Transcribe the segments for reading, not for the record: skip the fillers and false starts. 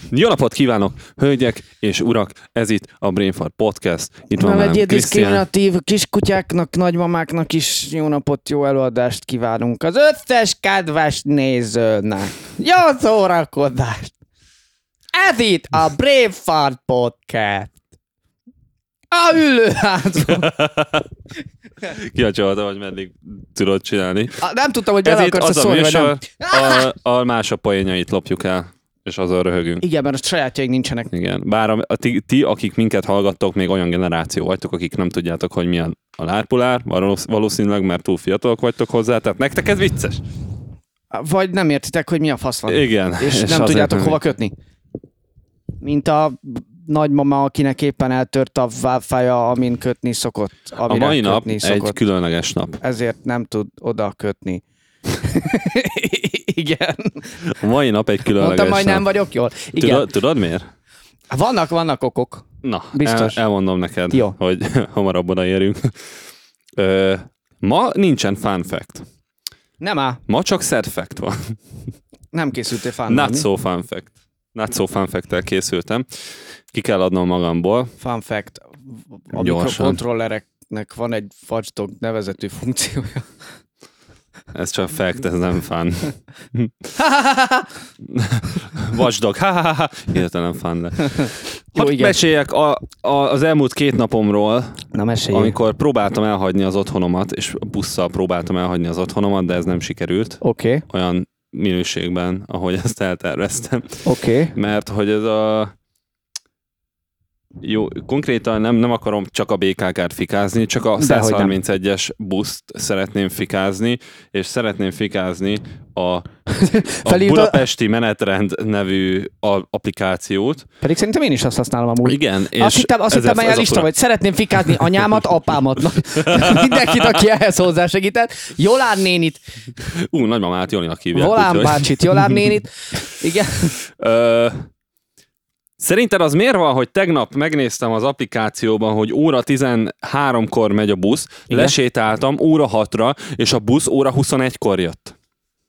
Jó napot kívánok, hölgyek és urak, ez itt a Brainfart Podcast. Itt van velem egy Krisztián. diszkriminatív kiskutyáknak, nagymamáknak is jó napot, jó előadást kívánunk az összes kedves nézőnek. Jó szórakozást! Ez itt a Brainfart Podcast. A ülőházban. Kiacsoltam, hogy meddig tudod csinálni. Nem tudtam, hogy Ez bele itt akarsz az a szólni, vagy nem. műsor, a mások poénjait lopjuk el, és azon röhögünk. Igen, mert a sajátjaink nincsenek. Igen, bár ti, akik minket hallgattok, még olyan generáció vagytok, akik nem tudjátok, hogy milyen a lárpulár, valószínűleg, mert túl fiatalok vagytok hozzá, tehát nektek ez vicces. Vagy nem értitek, hogy mi a fasz van. Igen. És nem tudjátok hova kötni. Mint a nagymama, akinek éppen eltört a feje, amin kötni szokott. A mai nap egy különleges nap. Ezért nem tud oda kötni. Igen. A mai nap egy különleges Mondtam, hogy nap. nem vagyok jól. Igen. Tudod miért? Vannak okok. Na, biztos. Elmondom neked, jó, hogy hamarabb odaérjünk. Ma nincsen fun fact. Nem áll. Ma csak sad fact van. Nem készültél Not so fun fact. Not so fun fact-tel készültem. Ki kell adnom magamból. Fun fact. A Gyorsan. mikrokontrollereknek van egy watchdog nevezetű funkciója. Ez csak fact, ez nem fun. Watchdog. Hirtelen fun, de. Hadd meséljek az elmúlt 2 napomról, amikor próbáltam elhagyni az otthonomat, és busszal próbáltam elhagyni az otthonomat, de ez nem sikerült. Oké. Olyan minőségben, ahogy ezt elterveztem. Oké. Mert hogy ez a... Jó, konkrétan nem akarom csak a BKK-t fikázni, csak a 131-es buszt szeretném fikázni, és szeretném fikázni a Budapesti Menetrend nevű applikációt. Pedig szerintem én is azt használom amúgy. Igen. És azt hittem egy lista, hogy szeretném fikázni anyámat, apámat. Mindenkit, aki ehhez hozzásegített. Jolán nénit. Nagymamát Jolinak hívják. Volán bácsit, Jolán nénit. Igen. Szerinted az miért van, hogy tegnap megnéztem az applikációban, hogy óra 13-kor megy a busz, igen. Lesétáltam óra 6-ra, és a busz óra 21-kor jött?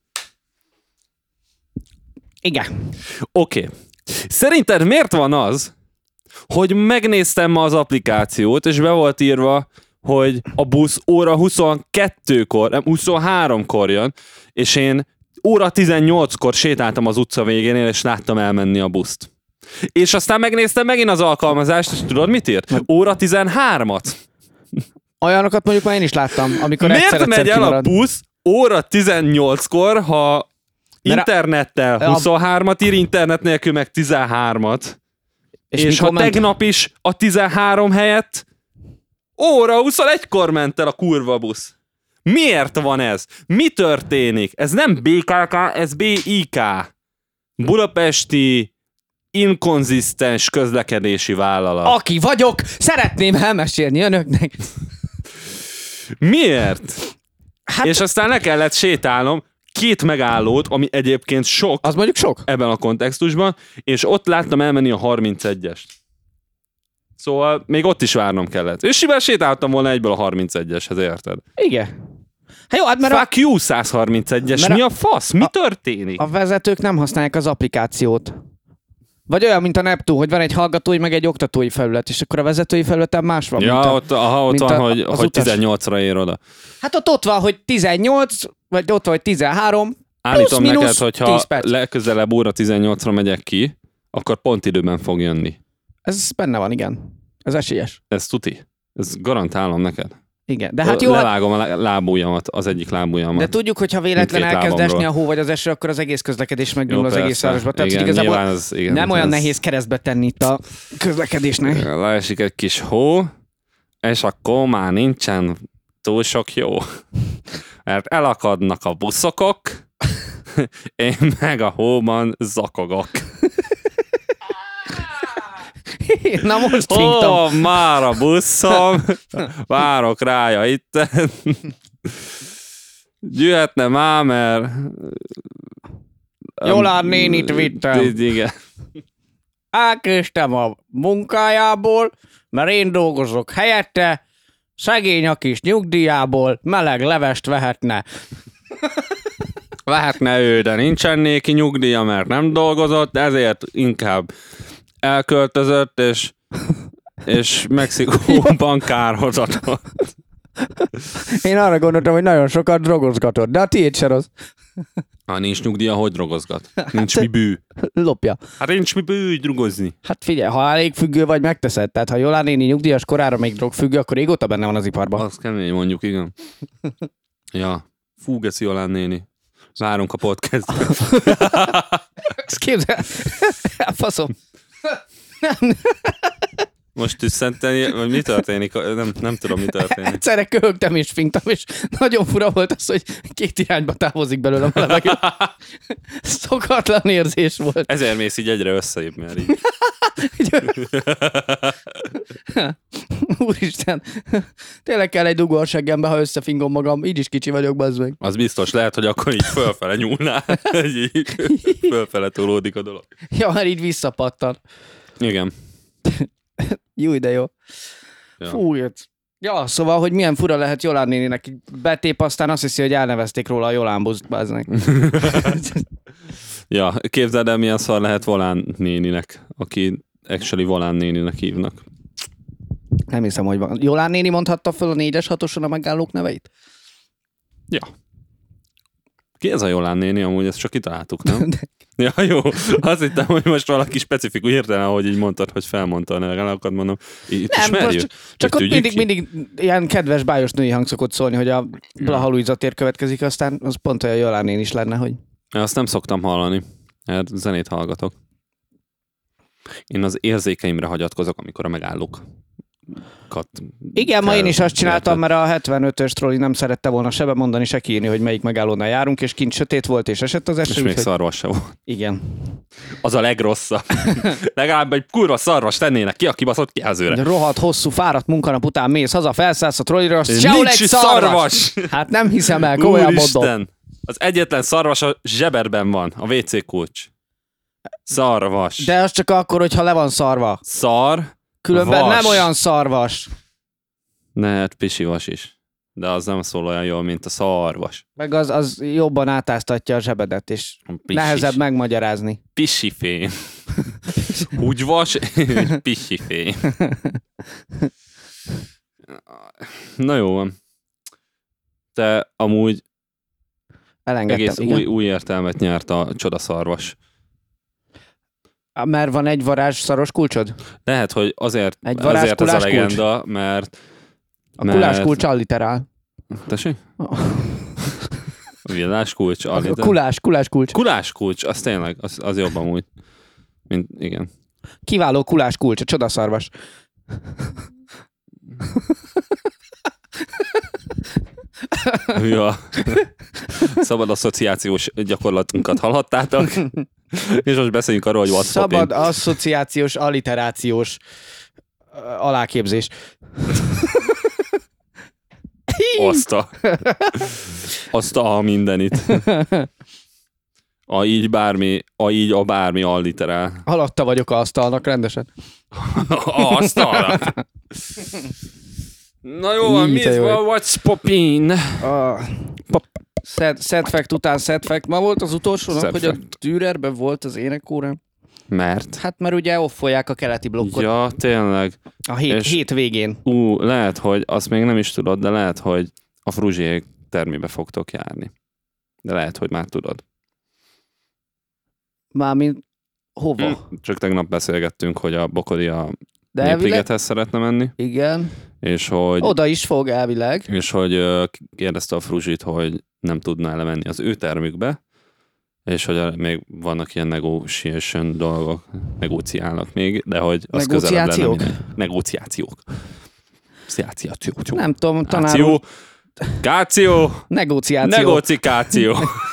Igen. Oké. Szerinted miért van az, hogy megnéztem ma az applikációt, és be volt írva, hogy a busz óra 22-kor, nem 23-kor jön, és én óra 18-kor sétáltam az utca végénél, és láttam elmenni a buszt. És aztán megnéztem megint az alkalmazást, és tudod mit írt? Óra 13-at. Olyanokat mondjuk már én is láttam, amikor miért megy el a busz óra 18-kor, ha internettel 23-at ír, internet nélkül meg 13-at. És ha tegnap is a 13 helyett óra 21-kor ment el a kurva busz. Miért van ez? Mi történik? Ez nem BKK, ez BIK. Budapesti inkonzisztens közlekedési vállalat. Aki vagyok, szeretném elmesélni önöknek. Miért? Hát... És aztán le kellett sétálnom 2 megállót, ami egyébként sok. Az mondjuk sok. Ebben a kontextusban, és ott láttam elmenni a 31-est. Szóval még ott is várnom kellett. És simán sétáltam volna egyből a 31-eshez, érted? Igen. Hát jó, hát mert Fuck you, 131-es, mi a fasz? Mi történik? A vezetők nem használják az applikációt. Vagy olyan, mint a Neptun, hogy van egy hallgatói, meg egy oktatói felület, és akkor a vezetői felületen más van. Ja, ott van, hogy 18-ra ér oda. Hát ott van, hogy 18, vagy ott van, hogy 13, állítom plusz, neked, hogyha perc. legközelebb óra 18-ra megyek ki, akkor pont időben fog jönni. Ez benne van, igen. Ez esélyes. Ez tuti. Ez garantálom neked. Igen, de hát jó. Levágom a lábujjamat, az egyik lábujjamat. De tudjuk, hogy ha véletlen elkezd esni a hó vagy az eső, akkor az egész közlekedés megnyúl az egész városba. Tehát igen, igazából igen, nem olyan nehéz keresztbe tenni itt a közlekedésnek. Leesik egy kis hó, és akkor már nincsen túl sok jó. Mert elakadnak a buszokok, én meg a hóban zakogok. Na most fintam. Már a buszom, várok rája itten. Jöhetne már, mert... Jolán nénit vittem. Igen. Elkéstem a munkájából, mert én dolgozok helyette, szegény a kis nyugdíjából meleg levest vehetne. Lehetne ő, de nincsen néki nyugdíja, mert nem dolgozott, ezért inkább elköltözött, és Mexikóban kárhozatott. Én arra gondoltam, hogy nagyon sokat drogozgatod, de a tiéd se rossz. Ha nincs nyugdíja, hogy drogozgat? Nincs mi bű. Lopja. Hát nincs mi bű, drogozni. Hát figyelj, ha elég függő vagy, megteszed. Tehát ha Jolán néni nyugdíjas korára még drogfüggő, akkor régóta benne van az iparban. Az kemény, mondjuk, igen. Ja, fú, geci Jolán néni. Várunk a podcastbe. Ezt képzel. Faszom. Most tüsszenteni, vagy mi történik? Nem tudom, mi történik. Egyszerre köhögtem és finktam, és nagyon fura volt az, hogy két irányba távozik belőlem a levegő. Szokatlan érzés volt. Ezért mész így egyre összeébb, mert így. Úristen. Tényleg kell egy dugó a seggembe, ha összefingom magam. Így is kicsi vagyok, bazd meg. Az biztos, lehet, hogy akkor így fölfele nyúlnál. Így fölfele tolódik a dolog. Ja, már így visszapattan. Igen. Jó, de jó. Ja. Fú, jött. Ja, szóval, hogy milyen fura lehet Jolán néninek. Betép, aztán azt hiszi, hogy elnevezték róla a Jolán buszt, bazd Ja, képzeld el, milyen szar lehet Volán néninek, aki actually Volán néninek hívnak. Nem hiszem, hogy van. Jolán néni mondhatta föl a 4-es 6-oson a megállók neveit? Ja. Ki ez a Jolán néni? Amúgy ezt csak kitaláltuk, nem? Ja, jó. Azt hittem, hogy most valaki specifikus hirtelen, ahogy így mondtad, hogy felmondta a neveket, akkor mondom, itt nem, ismerjük? Csak ott mindig ilyen kedves, bájos női hang szokott szólni, hogy a Blaha Luisa tér következik, aztán az pont olyan Jolán néni is lenne, hogy... Azt nem szoktam hallani, mert zenét hallgatok. Én az érzékeimre hagyatkozok, amikor a megállók. Igen, ma én is azt csináltam, mert a 75-ös trolli nem szerette volna sebe mondani, se kiírni, hogy melyik megállónál járunk, és kint sötét volt, és esett az eső. És még szarvas se volt. Igen. Az a legrosszabb. Legalább egy kurva szarvas tennének ki a kibaszott jelzőre. Rohadt, hosszú, fáradt munkanap után mész haza, felszállsz a trollira, nincs szarvas! Hát nem hiszem el, komolyan mondom. Úristen! Az egyetlen szarvas a zseberben van, a WC kulcs. Szarvas. De az csak akkor, hogyha le van szarva. Különben vas. nem olyan szarvas. Ne, hát pisivas is. De az nem szól olyan jól, mint a szarvas. Meg az jobban átáztatja a zsebedet, és nehezebb megmagyarázni. Pisifém. Húgyvas, pisifém. Na jó van. Te amúgy elengedtem, egész új értelmet nyert a csodaszarvas. Mert van egy varázs szaros kulcsod? Lehet, hogy azért ez a legenda, mert... A kulás kulcs alliterál. Tessék? Villás kulcs alliterál. Kulás kulcs. Kulás kulcs, az tényleg, az jobb amúgy. Igen. Kiváló kulás kulcs, a csodaszarvas. Ja. Szabad asszociációs gyakorlatunkat hallhattátok. És most beszéljünk arról, hogy what's szabad asszociációs, alliterációs aláképzés. Azt a mindenit. A így a bármi alliterál. Alatta vagyok a asztalnak, rendesen. Asztalnak. Na jó, mi van, what's poppin? Sad fact után sad fact. Ma volt az utolsó nap, hogy a Dürerben volt az énekórán. Mert? Hát mert ugye offolják a keleti blokkot. Ja, tényleg. A hét végén. Lehet, hogy azt még nem is tudod, de lehet, hogy a Fruzsiék termébe fogtok járni. De lehet, hogy már tudod. Mármint hova? Csak tegnap beszélgettünk, hogy a Bokodi a Népligethez szeretne menni. Igen. És hogy... Oda is fog elvileg. És hogy kérdezte a Fruzsit, hogy nem tudna elemenni az ő termükbe, és hogy még vannak ilyen negotiation dolgok, negóciálnak még, de hogy az közelebb lenne minden. Negóciációk. Nem tudom, tanár úr. Káció. Negóciáció. Negocikáció.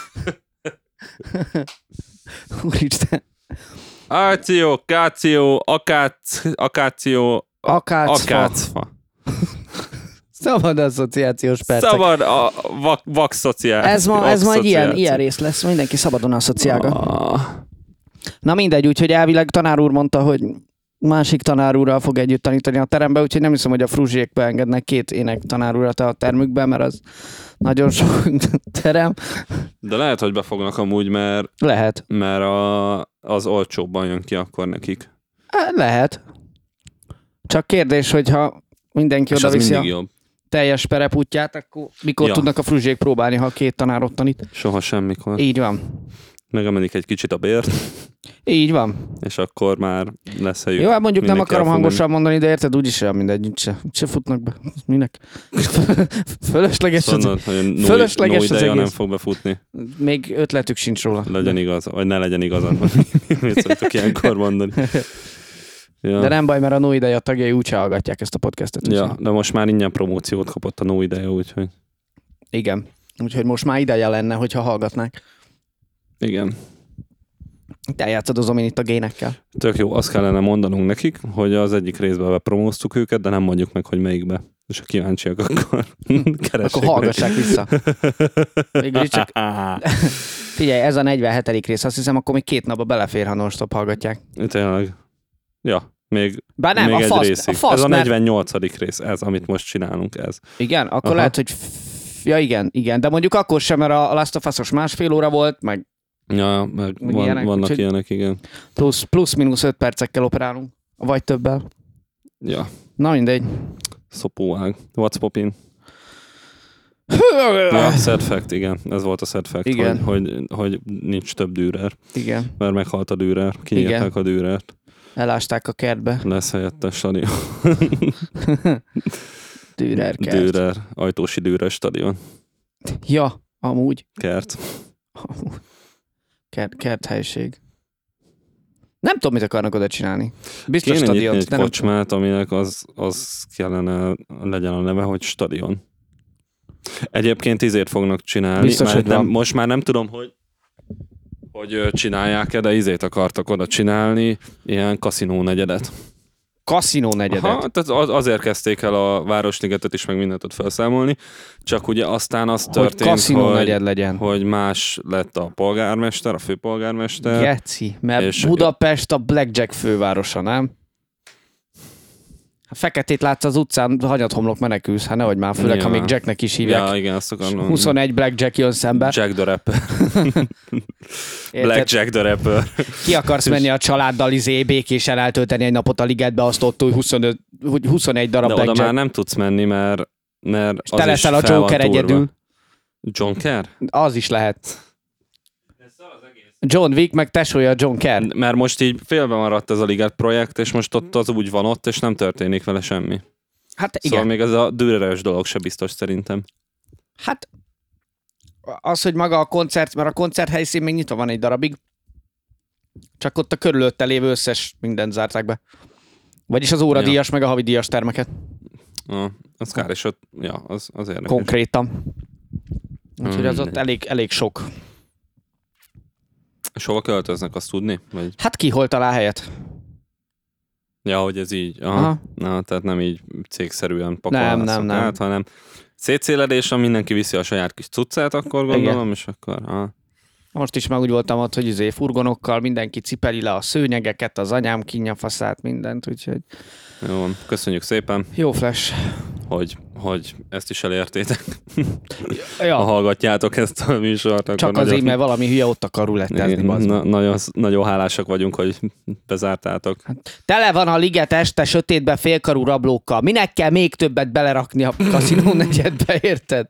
Úristen. Áció, káció, akáció, akácfa. Szabad asszociációs percek. Szabad a vakszociáció. Ez ma egy ilyen rész lesz, mindenki szabadon asszociálga. Na mindegy, úgyhogy elvileg tanár úr mondta, hogy másik tanárúrral fog együtt tanítani a terembe, úgyhogy nem hiszem, hogy a Fruzsiék beengednek 2 ének tanárúrat a termükbe, mert az nagyon sok terem. De lehet, hogy befognak amúgy, Lehet. mert az olcsóbban jön ki akkor nekik. Lehet. Csak kérdés, hogyha mindenki És az oda viszi mindig jobb. teljes perepútját, akkor mikor tudnak a Fruzsiék próbálni, ha 2 tanár ott tanít? Soha semmikor. Így van. Megemelik egy kicsit a bért, Így van. és akkor már lesz helyük. Jó, hát mondjuk nem Mindenki akarom el fog hangosan mondani, de érted, úgyis olyan mindegy, se futnak be. Minek? Fölösleges az, Szóval, hogy fölösleges az ideja nem egész. fog befutni. Még ötletük sincs róla. Legyen igaz, vagy ne legyen igazad. Mit szoktuk ilyenkor mondani. Ja. De nem baj, mert a No Ideja tagjai úgyse hallgatják ezt a podcastet. Ja, de most már ingyen promóciót kapott a No Ideja, úgyhogy Igen. Úgyhogy most már ideje lenne, hogyha hallgatnák. igen. Te eljátszod az Ominit a génekkel. Tök jó, azt kellene mondanunk nekik, hogy az egyik részben bepromóztuk őket, de nem mondjuk meg, hogy melyikbe. És ha kíváncsiak, akkor keressék. Akkor hallgassák vissza. Végülis csak... Figyelj, ez a 47. rész, azt hiszem, akkor még 2 napba belefér, ha non-stop hallgatják. Tényleg. Ja, még Bár nem, még a egy fasz, részig. a fasz, ez a mert- 48. rész, ez, amit most csinálunk, ez. Igen? Akkor Aha. lehet, hogy... Ja, igen. De mondjuk akkor sem, mert a Last of Us-os 1,5 óra volt, meg Ja, meg Meg ilyenek, vannak úgyhogy- ilyenek, igen. plusz-minusz 5 percekkel operálunk. Vagy többel. Ja, Na mindegy. szopóág. What's poppin? Ja, sad fact, igen. Ez volt a sad fact, Igen. hogy nincs több Dürer. Igen. Mert meghalt a Dürer. Kinyírták a Dürert. Elásták a kertbe. Lesz helyette stadion. Dürer kert. Dürer. Ajtósi Dürer stadion. Ja, amúgy. Kert. Kert helység. Nem tudom, mit akarnak oda csinálni. Biztos Kéne nyitni stadiont. egy de nem- kocsmát, aminek az kellene legyen a neve, hogy stadion. Egyébként izét fognak csinálni. Biztos, Már hogy van. most már nem tudom, hogy csinálják-e, de izét akartak oda csinálni, ilyen kaszinó negyedet. Kaszinó negyedet. Aha, tehát azért kezdték el a Városligetet is, meg mindent ott felszámolni, csak ugye aztán az Hogy történt, kaszinó negyed legyen. hogy más lett a polgármester, a főpolgármester. Geci, mert És- Budapest a Blackjack fővárosa, nem? Ha feketét látsz az utcán, hanyat-homlok menekülsz, hát nehogy már, főleg, ha még Jacknek is hívják. Ja, igen, azt akarom. 21 Blackjack jön szembe. Jack the Rapper. Érted? Black Jack the Rapper. Ki akarsz menni a családdal békésen eltölteni egy napot a ligetbe, azt ott, hogy 21 darab De oda Blackjack. már nem tudsz menni, mert És az te is leszel a fel van Joker túrva. egyedül. Joker? Az is lehet. John Wick meg tesója John Kerr. Mert most így félbe maradt ez a Liget projekt, és most ott az úgy van ott, és nem történik vele semmi. Hát igen. Szóval még ez a Düreres dolog se biztos szerintem. Hát az, hogy maga a koncert, mert a koncert helyszín még nyitva van egy darabig, csak ott a körülötte lévő összes mindent zárták be. Vagyis az óradíjas, meg a havidíjas termeket. Az kár, és ott, ja, az érdekes. Konkrétan. Úgyhogy az ott elég sok. És hova költöznek, azt tudni? Vagy... Hát ki hol talál helyet? Ja, hogy ez így. Aha. Na, tehát nem így cégszerűen pakolnak Nem. át, hanem szétszéledés, ha mindenki viszi a saját kis cuccát, akkor gondolom, és akkor... Most is már úgy voltam ott, hogy furgonokkal mindenki cipeli le a szőnyegeket, az anyám kínjafaszát, mindent, úgyhogy Jó, köszönjük szépen, jó flash. hogy ezt is elértétek, Ja, ha hallgatjátok ezt a műsort. Akkor csak azért, mert valami hülye ott akar rulettezni, bazd meg. nagyon hálásak vagyunk, hogy bezártátok. Tele van a liget este sötétbe félkarú rablókkal. Minek kell még többet belerakni a kaszinó negyedbe, érted?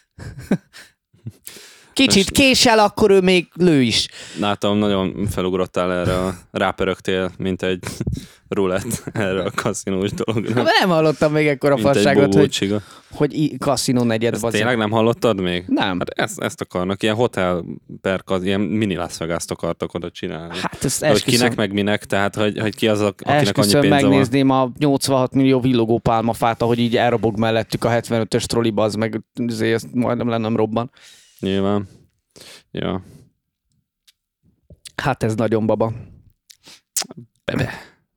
Kicsit késel, akkor ő még lő is. Látom, nagyon felugrottál erre, rápörögtél, mint egy rulett erre a kaszinós dologra. Nem hallottam még ekkora Mint egy fasságot, bogócsiga. hogy kaszinó negyed. Ezt tényleg nem hallottad még? Nem. Hát ezt akarnak, ilyen hotel ilyen mini Las Vegas-t akartak oda csinálni. Hát ezt hogy kinek meg minek, tehát hogy ki az, akinek annyi esküszöm, pénze van. megnézném a 86 millió villogó pálmafát, ahogy így elrobog mellettük a 75-ös trolliba, az meg azért ezt majdnem lennem robban. Nyilván. Ja. Hát ez nagyon baba. Bebe.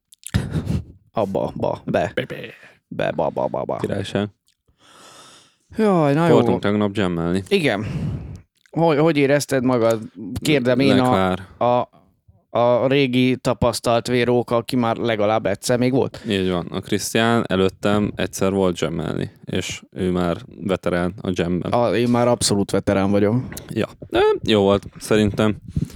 Be. Királyság. Jaj, na jó. Voltunk tegnap jammelni. Igen. Hogy érezted magad? Kérdem én Lekvár. a a régi tapasztalt vérók, aki már legalább egyszer még volt. Így van. A Krisztián előttem egyszer volt jammelni, és ő már veterán a jamben. Én már abszolút veterán vagyok. Ja. De jó volt, szerintem.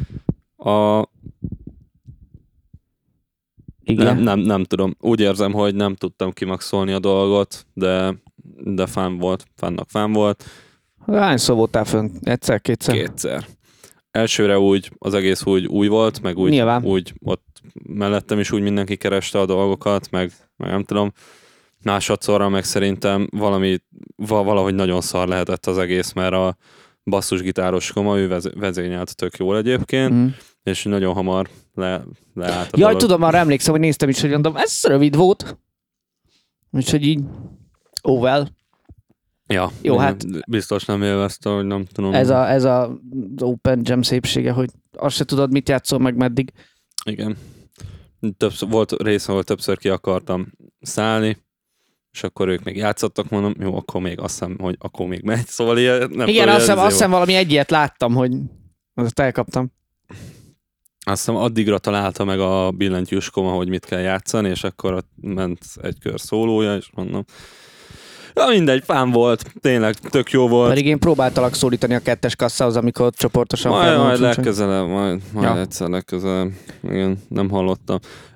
Igen. Nem tudom. Úgy érzem, hogy nem tudtam kimaxolni a dolgot, de fánnak fán volt. Hányszor voltál fönn? Egyszer, kétszer? Kétszer. Elsőre úgy, az egész úgy új volt, meg úgy ott mellettem is úgy mindenki kereste a dolgokat, meg nem tudom. Másodszorra meg szerintem valahogy nagyon szar lehetett az egész, mert a basszusgitáros koma, ő vezényelt tök jól egyébként, és nagyon hamar leállt a dolog. Tudom, arra emlékszem, hogy néztem is, hogy mondom, ez rövid volt. Úgyhogy így, well. Ja, jó, hát biztos nem élvezte, hogy nem tudom. Ez a Open Jam szépsége, hogy azt se tudod, mit játszol meg meddig. Igen. Volt része, ahol többször ki akartam szállni, és akkor ők még játszottak, mondom, jó, akkor még azt hiszem, hogy akkor még megy, szóval ilyen, nem igen, azt hiszem valami egyet láttam, hogy azt elkaptam. Azt hiszem addigra találta meg a billentyűskom, hogy mit kell játszani, és akkor ott ment egy kör szólója, és mondom, ja, mindegy, fán volt, tényleg tök jó volt. Pedig én próbáltalak szólítani a kettes kasszához, amikor ott csoportosan felmondtuk. Majd legközelebb, majd ja. Egyszer legközelebb. Igen, nem hallottam.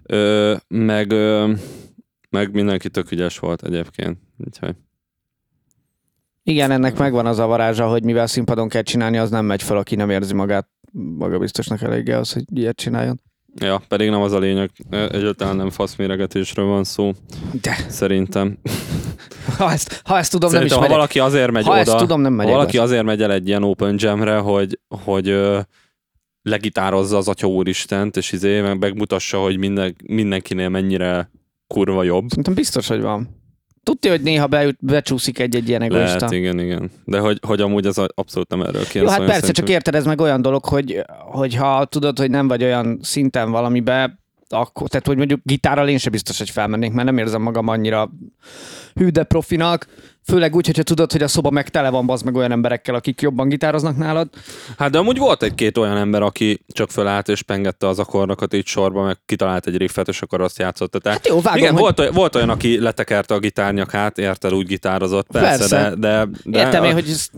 Meg mindenki tök ügyes volt egyébként. Úgyhogy. Igen, ennek megvan az a varázsa, hogy mivel színpadon kell csinálni, az nem megy fel, aki nem érzi magabiztosnak eléggé az, hogy ilyet csináljon. Ja, pedig nem az a lényeg. Egyáltalán nem faszméregetésről van szó. De. Szerintem. Ha ezt tudom, nem is megyek. Ha valaki azért megy oda, tudom, nem megyek. Valaki azért megy el egy ilyen open jamre, hogy legitározza az Atya Úristent, és megmutassa, hogy mindenkinél mennyire kurva jobb. Szerintem biztos, hogy van. Tudja, hogy néha becsúszik egy ilyen egoista. Lehet, igen. De hogy amúgy ez abszolút nem erről kéne. Jó, hát persze, csak érted, ez meg olyan dolog, hogy ha tudod, hogy nem vagy olyan szinten valamibe, akkor, tehát hogy mondjuk gitárral én sem biztos, hogy felmennék, mert nem érzem magam annyira hű de profinak, főleg úgy, hogyha tudod, hogy a szoba meg tele van bazd meg olyan emberekkel, akik jobban gitároznak nálad. Hát de amúgy volt egy-két olyan ember, aki csak fölállt és pengette az akkordokat így sorba, meg kitalált egy riffet, és akkor azt játszotta. Tehát, hát jó, vágom, igen, hogy... volt olyan, aki letekerte a gitárnyakát, érted, úgy gitározott, persze. De értem én, hogy ez...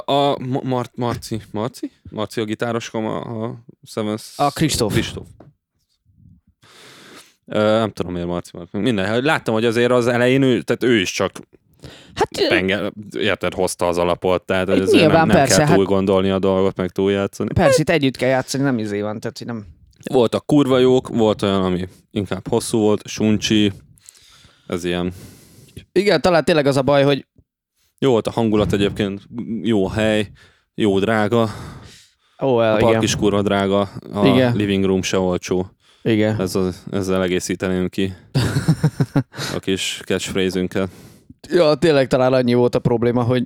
Marci a gitárosom, a Sevens... A Kristóf. Nem tudom, miért Marci. Minden. Láttam, hogy azért az elején ő is csak érted, hozta az alapot, tehát ezért nem kell túl gondolni a dolgot, meg túl játszani. Persze, itt együtt kell játszani, nem van, tehát hogy nem... Voltak kurva jók, volt olyan, ami inkább hosszú volt, suncsi, ez ilyen. Igen, talán tényleg az a baj, hogy... Jó volt a hangulat egyébként, jó hely, jó drága. A park is kurva drága, a living room se olcsó. Igen. Ezzel egészíteném ki a kis catchphrase-ünket. Ja, tényleg talán annyi volt a probléma, hogy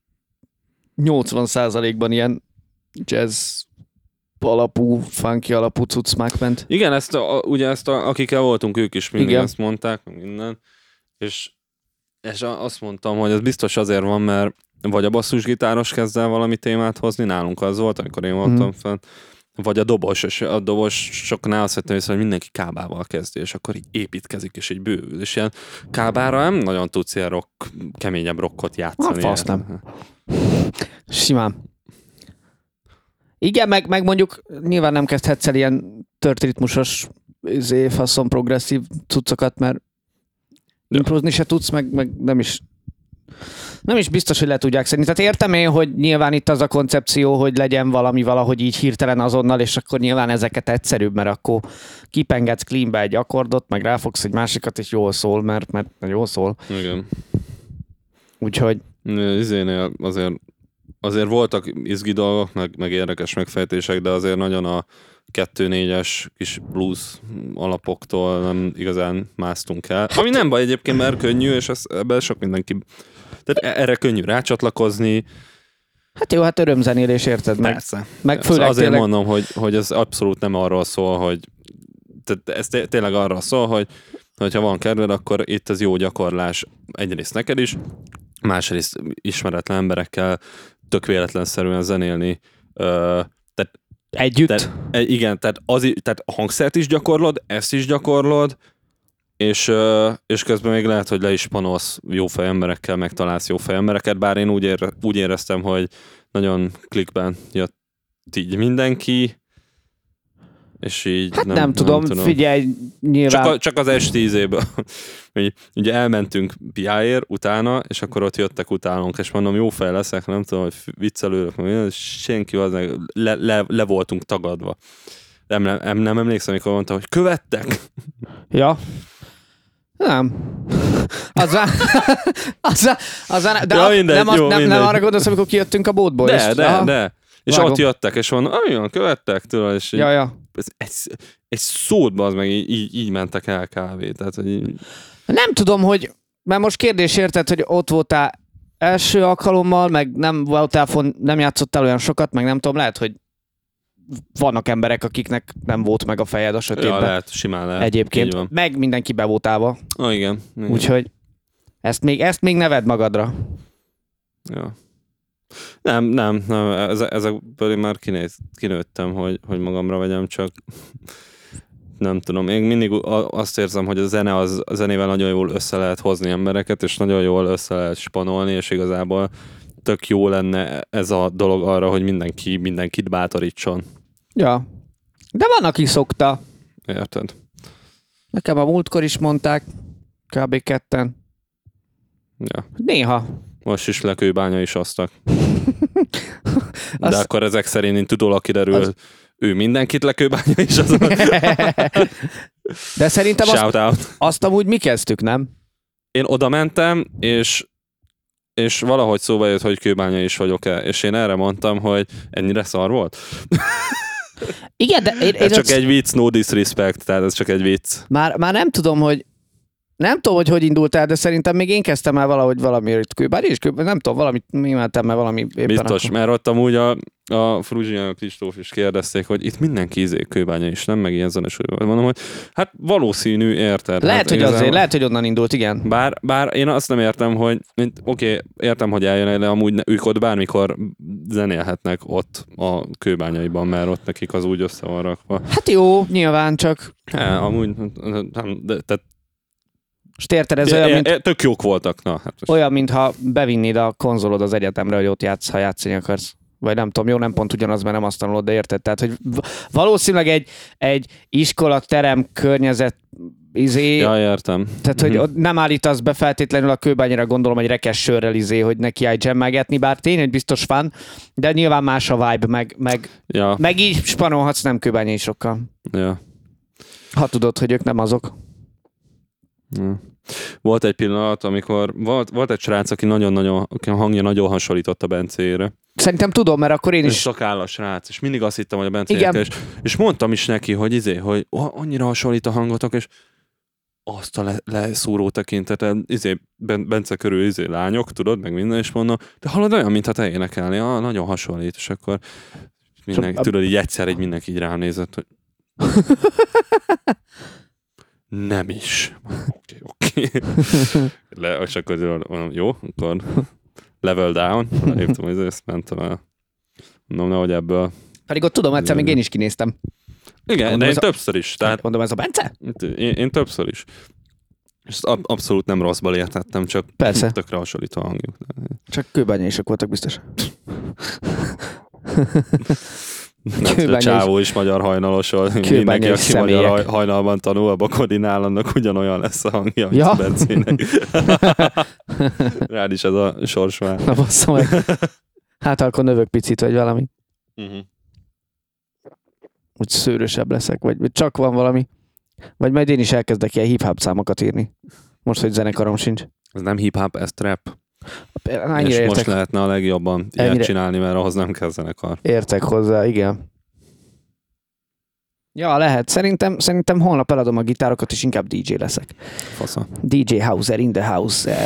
80%-ban ilyen jazz alapú, funky alapú cucc ment. Igen, akikkel voltunk, ők is mindig ezt mondták, minden. És azt mondtam, hogy ez biztos azért van, mert vagy a basszusgitáros kezd el valami témát hozni, nálunk az volt, amikor én voltam fenn, vagy a dobos, és a dobos soknál azt vettem észre, hogy mindenki kábával kezdi, és akkor így építkezik, és így bővül, és ilyen kábára nem nagyon tudsz ilyen keményebb rockot játszani. Fasz nem. Simán. Igen, meg mondjuk nyilván nem kezdhetsz el ilyen tört ritmusos faszon progresszív cuccokat, mert improzni se tudsz, meg nem is biztos, hogy le tudják szedni. Tehát értem én, hogy nyilván itt az a koncepció, hogy legyen valami valahogy így hirtelen azonnal, és akkor nyilván ezeket egyszerűbb, mert akkor kipengetsz cleanbe egy akkordot, meg ráfogsz egy másikat, és jól szól, mert jól szól. Igen. Úgyhogy... Izénél azért voltak izgi dolgok, meg érdekes megfejtések, de azért nagyon a 2-4-es kis blues alapoktól nem igazán másztunk el. Ami nem baj egyébként, mert könnyű, és ebben sok mindenki... Tehát erre könnyű rácsatlakozni. Hát jó, hát örömzenélés, érted meg. Persze. Meg főleg azért tényleg... mondom, hogy ez abszolút nem arról szól, hogy... Tehát ez tényleg arról szól, hogy ha van kedved, akkor itt az jó gyakorlás egyrészt neked is, másrészt ismeretlen emberekkel tök véletlenszerűen zenélni. Tehát Együtt? Igen, tehát a hangszert is gyakorlod, ezt is gyakorlod, és közben még lehet, hogy le is panolsz jó fejemberekkel, megtalálsz jó fejembereket, bár én úgy éreztem, hogy nagyon klikben jött így mindenki, és így Hát nem tudom, figyelj, nyilván... Csak az S10-éből. Ugye elmentünk piáért utána, és akkor ott jöttek utánunk, és mondom, jó fej leszek, nem tudom, hogy viccelődök, senki az meg le voltunk tagadva. Nem emlékszem, amikor mondta, hogy követtek? Ja. Nem. De ja, mindegy, nem arra gondolsz, amikor kijöttünk a boatból. De. És vágom. Ott jöttek, és mondom, olyan, követtek, tudod, és egy szót, az meg így mentek el kávé. Tehát, hogy nem tudom, hogy, mert most kérdés érted, hogy ott voltál első alkalommal, meg nem játszottál olyan sokat, meg nem tudom, lehet, hogy vannak emberek, akiknek nem volt meg a fejed a sötétben. Ja, lehet, simán lehet. Egyébként, meg mindenki be volt állva. Igen. Úgyhogy ezt még ne vedd magadra. Ja. Nem, ezekből én már kinőttem, hogy magamra vegyem, csak nem tudom. Én mindig azt érzem, hogy a zenével nagyon jól össze lehet hozni embereket, és nagyon jól össze lehet spanolni, és igazából tök jó lenne ez a dolog arra, hogy mindenkit bátorítson. Ja. De van, aki szokta. Érted? Nekem a múltkor is mondták, kb. ketten. Ja. Néha. Most is Lekőbánya is aztak. De akkor ezek szerint tudólag kiderül, ő mindenkit Lekőbánya is azon. De szerintem azt amúgy mi kezdtük, nem? Én oda mentem, és valahogy szóba jött, hogy Kőbánya is vagyok-e, és én erre mondtam, hogy ennyire szar volt. Igen, de ez csak egy vicc, no disrespect, tehát ez csak egy vicc. Már nem tudom, hogy indult el, de szerintem még én kezdtem el valahogy valamiért Kőbánya is, nem tudom, mi mentem el valami éppen. Biztos, mert ott amúgy a Fruzsinyán Kristóf is kérdezték, hogy itt mindenki Kőbánya is, nem meg ilyen zenesúlyban. Mondom, hogy hát valószínű, érted. Lehet, hogy azért, lehet, hogy onnan indult, igen. Bár én azt nem értem, hogy oké, értem, hogy eljön, de amúgy ők ott bármikor zenélhetnek ott a Kőbányaiban, mert ott nekik az úgy össze van rakva. Hát jó, nyilván csak. Amúgy, tehát most érted, ez olyan, mint... Tök jók voltak, na. Hát olyan, mintha bevinnéd a konzolod az egyetemre, hogy ott ha játszani akarsz. Vagy nem tudom, jó, nem pont ugyanaz, mert nem azt tanulod, de érted? Tehát, hogy valószínűleg egy iskola, terem, környezet, Ja, értem. Tehát, hogy ott nem állítasz be feltétlenül a Kőbányára, gondolom, egy rekesz sörrel hogy neki állj jammelgetni, bár tényleg biztos fan, de nyilván más a vibe, meg így spanolhatsz nem Kőbányai sokkal. Ja. Ha tudod, hogy ők nem azok. Volt egy pillanat, amikor volt egy srác, aki hangja nagyon hasonlított a Bencére. Szerintem tudom, mert akkor én is... Szakáll a srác, és mindig azt hittem, hogy a Bencére. És mondtam is neki, hogy annyira hasonlít a hangotok, és azt a leszúró tekintetet, Bence körül lányok, tudod, meg minden, és mondom, de hallod olyan, mintha te énekelni, nagyon hasonlít, és akkor mindenki, tudod, így egyszer így mindenki így rám nézett, hogy nem is. Oké. És akkor jó, akkor level down. Léptem, hogy ezt mentem el. Mondom, nehogy ebből... Pedig ott tudom, egyszer még én is kinéztem. Igen, mondom, de én többször is. Tehát, mondom, ez a Bence? Én többször is. És abszolút nem rosszból értettem, csak persze. Tökre hasonlító a hangjuk. Csak Kőbányaisak voltak biztos. A csávó is magyar hajnalosol. Mindenki, aki magyar hajnalban tanul, a Bakodinál, annak ugyanolyan lesz a hangja, mint a Bencének. Rád is ez a sors már. Na bassza meg. Hát akkor növök picit, vagy valami. Úgy szőrösebb leszek, vagy csak van valami. Vagy majd én is elkezdek ilyen hip-hop számokat írni. Most, hogy zenekarom sincs. Ez nem hip-hop, ez trap. És most lehetne a legjobban ilyet csinálni, mert ahhoz nem kell zenekar. Értek hozzá, igen. Ja, lehet. Szerintem holnap eladom a gitárokat, és inkább DJ leszek. Fasza. DJ Hauser in the house.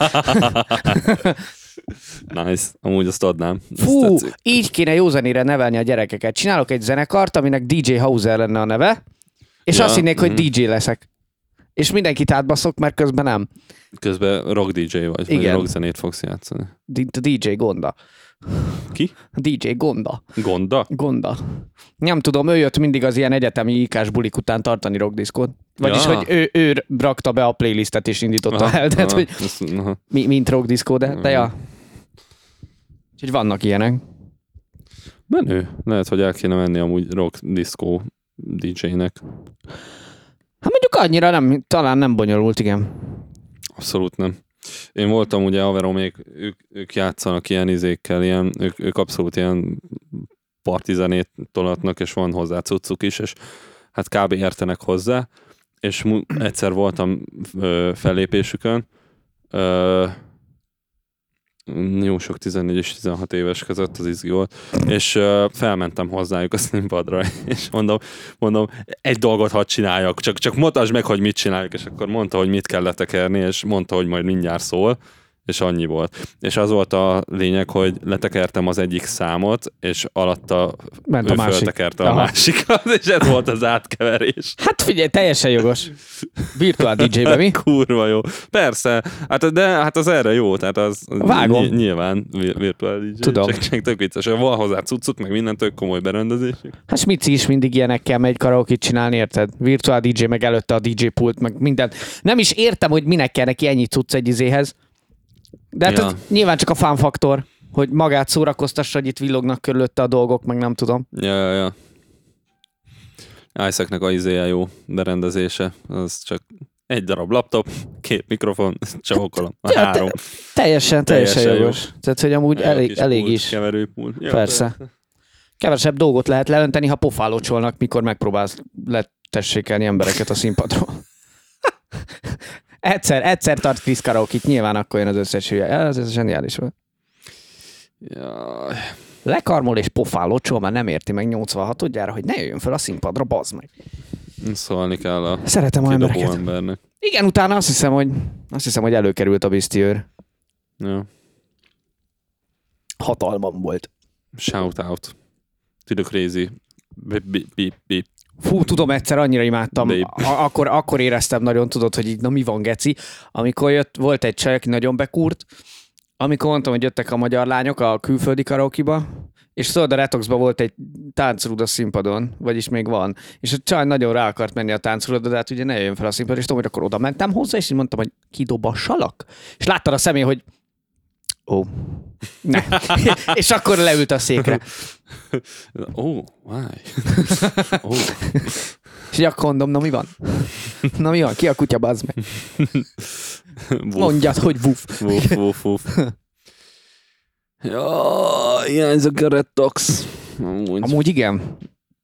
Nice. Amúgy azt adnám. Fú, így kéne jó zenére nevelni a gyerekeket. Csinálok egy zenekart, aminek DJ Hauser lenne a neve, és azt hinnék, hogy DJ leszek. És mindenkit átbaszok, mert közben nem. Közben rock DJ vagy rock zenét fogsz játszani. DJ Gonda. Ki? DJ Gonda. Gonda? Nem tudom, ő jött mindig az ilyen egyetemi IK-s bulik után tartani rockdiszkót. Vagyis, hogy ő rakta be a playlistet és indította el. Tehát, hogy mint rockdiszkó, de ja. Úgyhogy vannak ilyenek. Menő. Lehet, hogy el kéne menni amúgy rock diszkó DJ-nek. Hát mondjuk annyira nem, talán nem bonyolult, igen. Abszolút nem. Én voltam ugye haveromék, ők játszanak ilyen izékkel, ők abszolút ilyen partizenét tolatnak, és van hozzá cuccuk is, és hát kb. Értenek hozzá, és egyszer voltam fellépésükön, jó sok 14 és 16 éves között, az izgi volt, és felmentem hozzájuk a színpadra, és mondom, egy dolgot hadd csináljak, csak mutasd meg, hogy mit csináljuk, és akkor mondta, hogy mit kell letekerni, és mondta, hogy majd mindjárt szól, és annyi volt. És az volt a lényeg, hogy letekertem az egyik számot, és alatta ő föltekerte a másikat, és ez volt az átkeverés. Hát figyelj, teljesen jogos. Virtuál DJ-be mi? Kurva jó. Persze, hát az erre jó, tehát az vágom. Nyilván virtuál DJ. Tudom. Csak tök vicces. Van hozzá cuccuk, meg minden tök komoly berendezésük. Hát Smici is mindig ilyenekkel megy karaokét csinálni, érted? Virtuál DJ, meg előtte a DJ pult, meg minden. Nem is értem, hogy minek kell neki ennyi cucc egy izéhez. De hát ez nyilván csak a fun faktor, hogy magát szórakoztassa, hogy itt villognak körülötte a dolgok, meg nem tudom. Ja. Isaac-nek a izéje jó berendezése, az csak egy darab laptop, 2 mikrofon, csavokolom, a 3. Teljesen jogos. Tehát, hogy amúgy elég is. Keverőpult. Ja, persze. Kevesebb dolgot lehet leönteni, ha pofálocsolnak, mikor megpróbálsz letessékelni embereket a színpadról. Egyszer tart Chris karaokit, nyilván akkor jön az összes hülye. Ez zseniális volt. Jaj. Lekarmol és pofálocsol, már nem érti meg 86-odjára, hogy ne jöjjön fel a színpadra, bazd meg. Szólni kell a szeretem a embereket. Embernek. Igen, utána azt hiszem, hogy előkerült a biztiőr. Ja. Hatalmam volt. Shout out to the crazy. Beep. Fú, tudom, egyszer annyira imádtam. Akkor éreztem nagyon, tudod, hogy így, na mi van, geci. Amikor volt egy csaj, aki nagyon bekúrt, amikor mondtam, hogy jöttek a magyar lányok a külföldi karaokiba, és tudod, a Retoxba volt egy táncruda színpadon, vagyis még van, és a csaj nagyon rá akart menni a táncruda, de hát ugye ne jöjjön fel a színpadon, és tudom, hogy akkor oda mentem hozzá, és így mondtam, hogy kidobassalak? És láttad a személy, hogy ne. És akkor leült a székre. Why? És akkor mondom, na mi van? Ki a kutya, bazd meg? Mondjad, hogy vuf. Vuf. Hiányzik a Retox. Amúgy igen.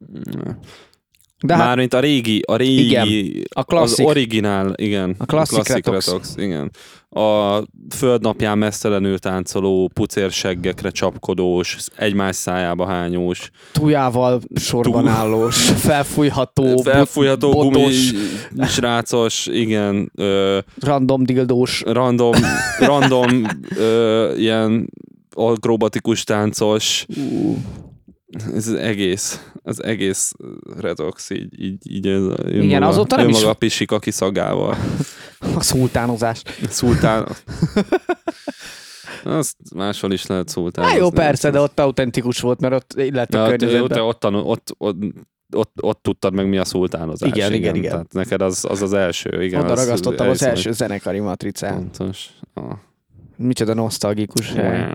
De mármint a régi, igen, a klasszik, az originál, igen. A klasszik Retox, igen. A földnapján messzelenül táncoló, pucérseggekre csapkodós, egymás szájába hányós. Tujával sorban állós, felfújható gumi srácos, igen. Random dildós. Random ilyen akrobatikus táncos. Ez az egész Retox így igen, azóta nem is maga pisik a kiszagával. A szultánozás. Azt máshol is lehet szultánozni. Jó, persze, de ott autentikus volt, mert ott illet a környezetben. Ott tudtad meg, mi a szultánozás. Igen. Tehát neked az első. Igen, oda ragasztottam az első zenekari matricát. Pontos. Micsoda nosztalgikus hely.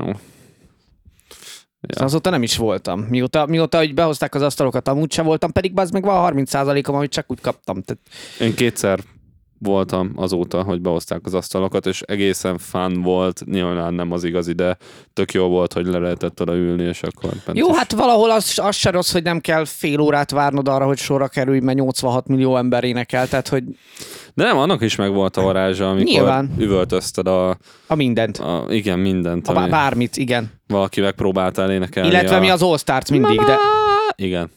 Ja. Azóta nem is voltam. Mióta hogy behozták az asztalokat, amúgy sem voltam, pedig az meg van 30%-om, amit csak úgy kaptam. Tehát... Én 2-szer voltam azóta, hogy behozták az asztalokat, és egészen fun volt, nyilván nem az igazi, de tök jó volt, hogy le lehetett oda ülni, és akkor... Jó, hát valahol az se rossz, hogy nem kell fél órát várnod arra, hogy sorra kerülj, mert 86 millió ember énekel, tehát hogy... De nem, annak is meg volt a varázsa, amikor nyilván üvöltözted a mindent. Igen, mindent. Bármit, igen. Valaki megpróbáltál énekelni. Illetve mi az All Stars mindig, de... Igen.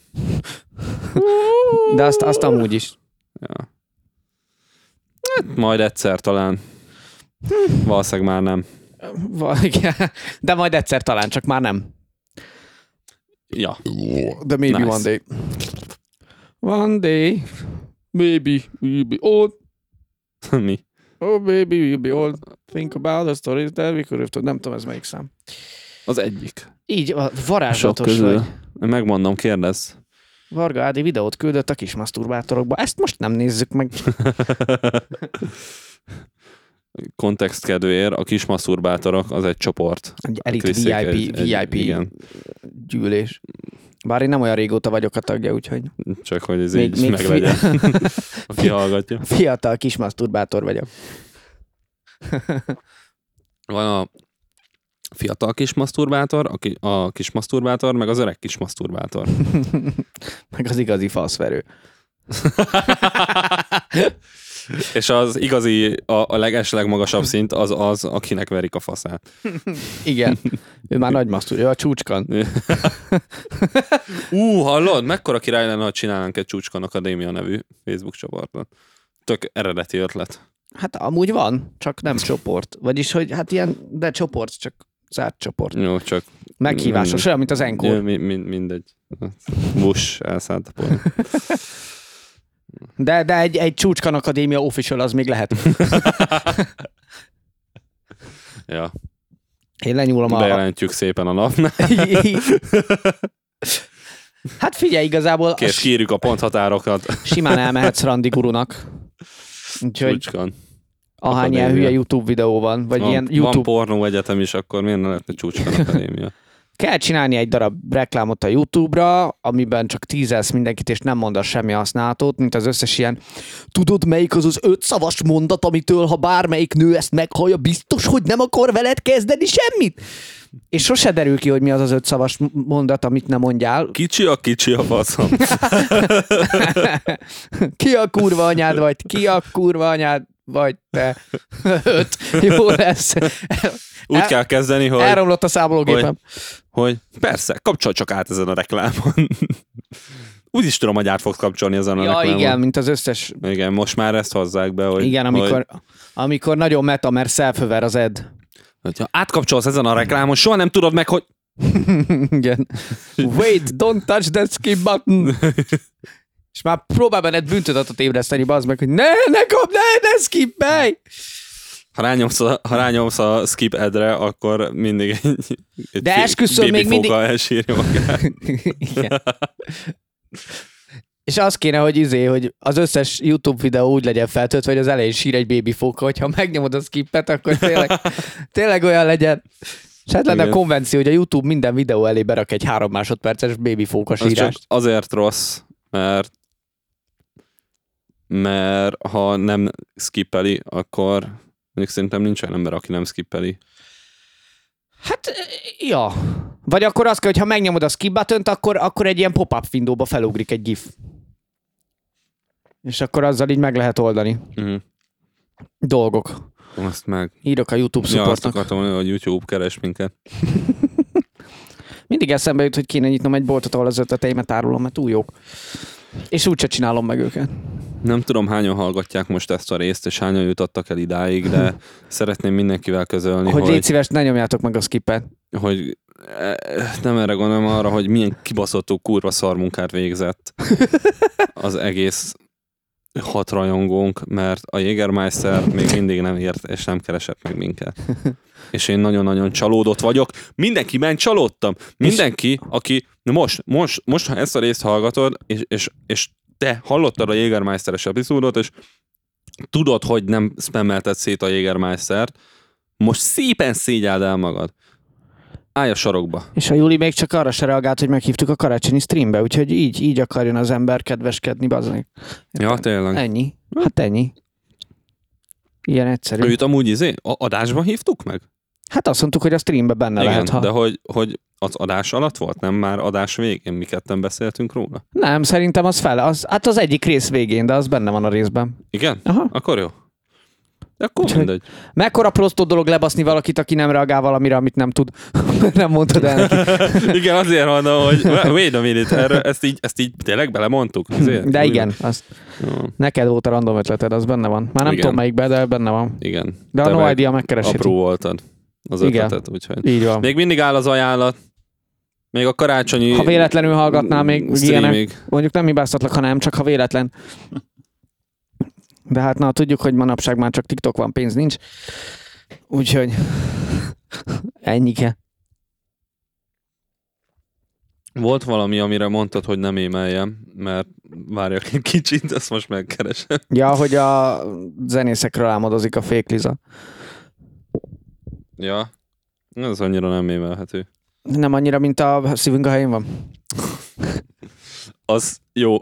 De azt amúgy is. Ja. Hát majd egyszer talán. Valószínűleg már nem. De majd egyszer talán, csak már nem. Ja. De maybe nice. One day. One day. Maybe. Oh. Mi? Oh baby, you'll be old. Think about the stories that we could have told. Nem tudom, ez melyik szám. Az egyik. Így, Sok varázslatos közül. vagy. Megmondom, kérdezz. Varga Ádi videót küldött a kis maszturbátorokba. Ezt most nem nézzük meg. Kontext kedvéért, a kis maszturbátorok az egy csoport. Egy elit Kriszték VIP igen. gyűlés. Bár én nem olyan régóta vagyok a tagja, úgyhogy Csak hogy ez így meglegyen. Aki hallgatja. Fiatal kis maszturbátor vagyok. Van a fiatal kis maszturbátor, a kis maszturbátor, meg az öreg kis maszturbátor. Meg az igazi faszverő. És az igazi, a legmagasabb szint az, akinek verik a faszát. Igen. Ő már nagy masztur, ő a csúcskan. Hallod? Mekkora király lenne, ha csinálnánk egy Csúcskan Akadémia nevű Facebook csoportot. Tök eredeti ötlet. Hát amúgy van, csak nem csoport. Vagyis, hogy hát ilyen, de csoport, csak zárt csoport. Jó, csak... Meghívásos, olyan, mint az Encore. Mindegy. Bush elszállt a poén. De egy Csúcskan Akadémia official az még lehet. Ja. Én lenyúlom bejelentjük szépen a napnál. Hát figyelj, igazából... Kérjük a ponthatárokat. Simán elmehetsz Randi Gurunak. Úgyhogy Csúcskan. ahány ilyen hülye YouTube videó van, vagy ilyen YouTube... Van pornó egyetem is, akkor miért ne lehetne Csúcskan Akadémia? Kell csinálni egy darab reklámot a YouTube-ra, amiben csak tízelsz mindenkit, és nem mondasz semmi használatot, mint az összes ilyen, tudod, melyik az 5 szavas mondat, amitől, ha bármelyik nő ezt meghallja, biztos, hogy nem akar veled kezdeni semmit? És sose derül ki, hogy mi az 5 szavas mondat, amit nem mondjál. Kicsi a faszom. Ki a kurva anyád vagy? Ki a kurva anyád vagy te? 5. Jó lesz. Úgy kell kezdeni, hogy... Elromlott a számológépem. Hogy persze, kapcsolj csak át ezen a reklámon. Úgy is tudom, hogy át fogsz kapcsolni ezen a reklámon. Igen, mint az összes... Igen, most már ezt hozzák be, hogy... Igen, amikor nagyon meta, mert self-aware az ed. Hogyha átkapcsolsz ezen a reklámon, soha nem tudod meg, hogy... Igen. Wait, don't touch that skip button. És már próbál benned bűntudatot ébreszteni, bazd meg, hogy ne skippelj! Ha rányomsz a skip edre, akkor mindig egy de esküszöm még mindig... elsírja magát. Igen. És az kéne, hogy az összes YouTube videó úgy legyen feltöltve, hogy az elején sír egy babyfóka, hogyha megnyomod a skippet, akkor tényleg olyan legyen. És hát lenne a konvenció, hogy a YouTube minden videó elé berak egy 3 másodperces babyfóka sírást. Csak azért rossz, mert ha nem skippeli, akkor mondjuk szerintem nincs olyan ember, aki nem skippeli. Hát, ja. Vagy akkor az kell, hogy ha megnyomod a skip button-t, akkor egy ilyen pop-up windowba felugrik egy gif. És akkor azzal így meg lehet oldani. Dolgok. Azt meg. Írok a YouTube supportnak. Azt akartam mondani, hogy YouTube keres minket. Mindig eszembe jut, hogy kéne nyitnom egy boltot, ahol az ötleteimet árulom, mert túl jók. És úgyse csinálom meg őket. Nem tudom, hányan hallgatják most ezt a részt, és hányan jutottak el idáig, de szeretném mindenkivel közölni, hogy légy szíves, ne nyomjátok meg a skippet. Hogy nem erre gondolom, arra, hogy milyen kibaszottul kurva szarmunkát végzett az egész 6 rajongónk, mert a Jägermeister még mindig nem ért, és nem keresett meg minket. És én nagyon-nagyon csalódott vagyok. Mindenkiben csalódtam. Mindenki, aki most ha ezt a részt hallgatod, és te hallottad a Jägermeisteres epizódot, és tudod, hogy nem spammelted szét a Jägermeistert, most szépen szégyeld el magad. Állj a sarokba. És a Júli még csak arra se reagált, hogy meghívtuk a karácsonyi streambe, úgyhogy így akarjon az ember kedveskedni, bazdmeg. Ja, tényleg. Ennyi. Hát ennyi. Ilyen egyszerű. Őt amúgy adásba hívtuk meg? Hát azt mondtuk, hogy a streambe benne igen, lehet, ha... de hogy az adás alatt volt? Nem már adás végén? Mi ketten beszéltünk róla? Nem, szerintem hát az egyik rész végén, de az benne van a részben. Igen? Aha. Akkor jó. De akkor úgyhogy mindegy. Mekkora prostó dolog lebaszni valakit, aki nem reagál valamire, amit nem tud. Nem mondtad el neki. Igen, azért mondom, hogy wait a minute, ezt így tényleg belemondtuk. De igen, azt neked volt a random ötleted, az benne van. Már nem tudom melyikbe, de benne van. Igen. De a No Idea megkeresíti. Apró voltad az ötletet, úgyhogy. Így van. Még mindig áll az ajánlat. Még a karácsonyi... Ha véletlenül hallgatnál még ilyenek, mondjuk nem hibáztatlak, ha nem, csak ha véletlen. De hát na, tudjuk, hogy manapság már csak TikTok van, pénz nincs. Úgyhogy ennyike. Volt valami, amire mondtad, hogy nem émeljem, mert várjak egy kicsit, azt most megkeresem. Ja, hogy a zenészekről álmodozik a Fake Liza. Ja, ez annyira nem émelhető. Nem annyira, mint a szívünk a helyén van. Az jó,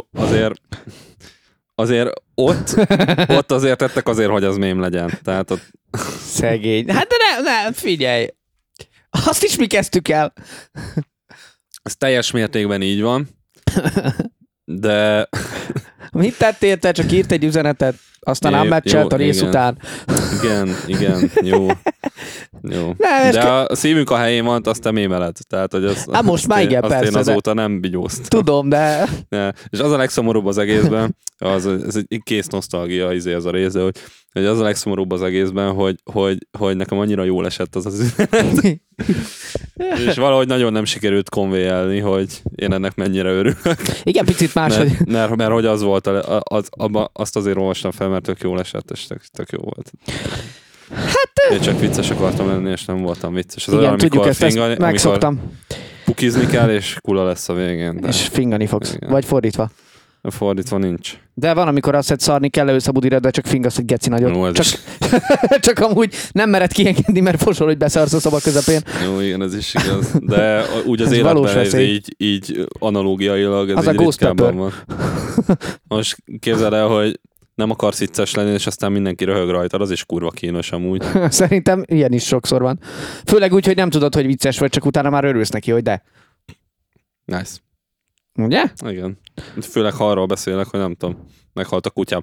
azért ott azért tettek azért, hogy az mém legyen. Tehát ott... Szegény. Hát de nem, figyelj. Azt is mi kezdtük el. Ez teljes mértékben így van, de... Mit tettél te? Csak írt egy üzenetet, aztán unmatchelt a rész után. Igen, jó. De a szívünk a helyén van, azt te mémeled. Tehát, hogy hát most már igen, persze. Azt én azóta nem bigyóztam. Tudom, de... Ja. És az a legszomorúbb az egészben, ez egy kész nosztalgia, az a része, hogy az a legszomorúbb az egészben, hogy nekem annyira jól esett az üzenet. És valahogy nagyon nem sikerült konvéjelni, hogy én ennek mennyire örülök. Igen, picit máshogy. Mert hogy az volt, azt azért olvastam fel, mert tök jól esett, és tök jó volt. Hát... Én csak vicces akartam lenni, és nem voltam vicces. Az igen, olyan, tudjuk ezt megszoktam. Pukizni kell, és kula lesz a végén. De... És fingani fogsz. Igen. Vagy fordítva. Fordítva nincs. De van, amikor azt hiszed szarni kell, leülsz a budira, de csak fingasz egy geci nagyot. Jó, csak amúgy nem mered kiengedni, mert fosol, hogy beszarsz a szoba közepén. Jó, igen, ez is igaz. De úgy az életben ez így analógiailag ez az így ritkábban van. Most képzeld el, hogy nem akarsz vicces lenni, és aztán mindenki röhög rajtad, az is kurva kínos amúgy. Szerintem ilyen is sokszor van. Főleg úgy, hogy nem tudod, hogy vicces vagy, csak utána már örülsz neki, hogy de. Nice. Ugye? Igen. Főleg ha arról beszélek, hogy nem tudom, meghalt a kutyám.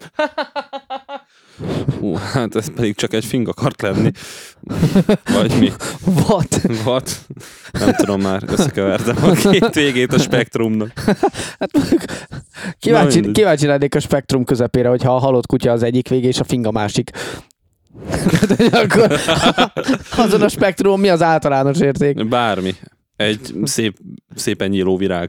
Hát ez pedig csak egy fing akart lenni. Vagy mi? What? Nem tudom már, összekevertem a két végét a spektrumnak. Hát, kíváncsi lennék a spektrum közepére, hogyha a halott kutya az egyik vége és a fing a másik. Akkor azon a spektrum mi az általános érték? Bármi. Egy szépen nyíló virág.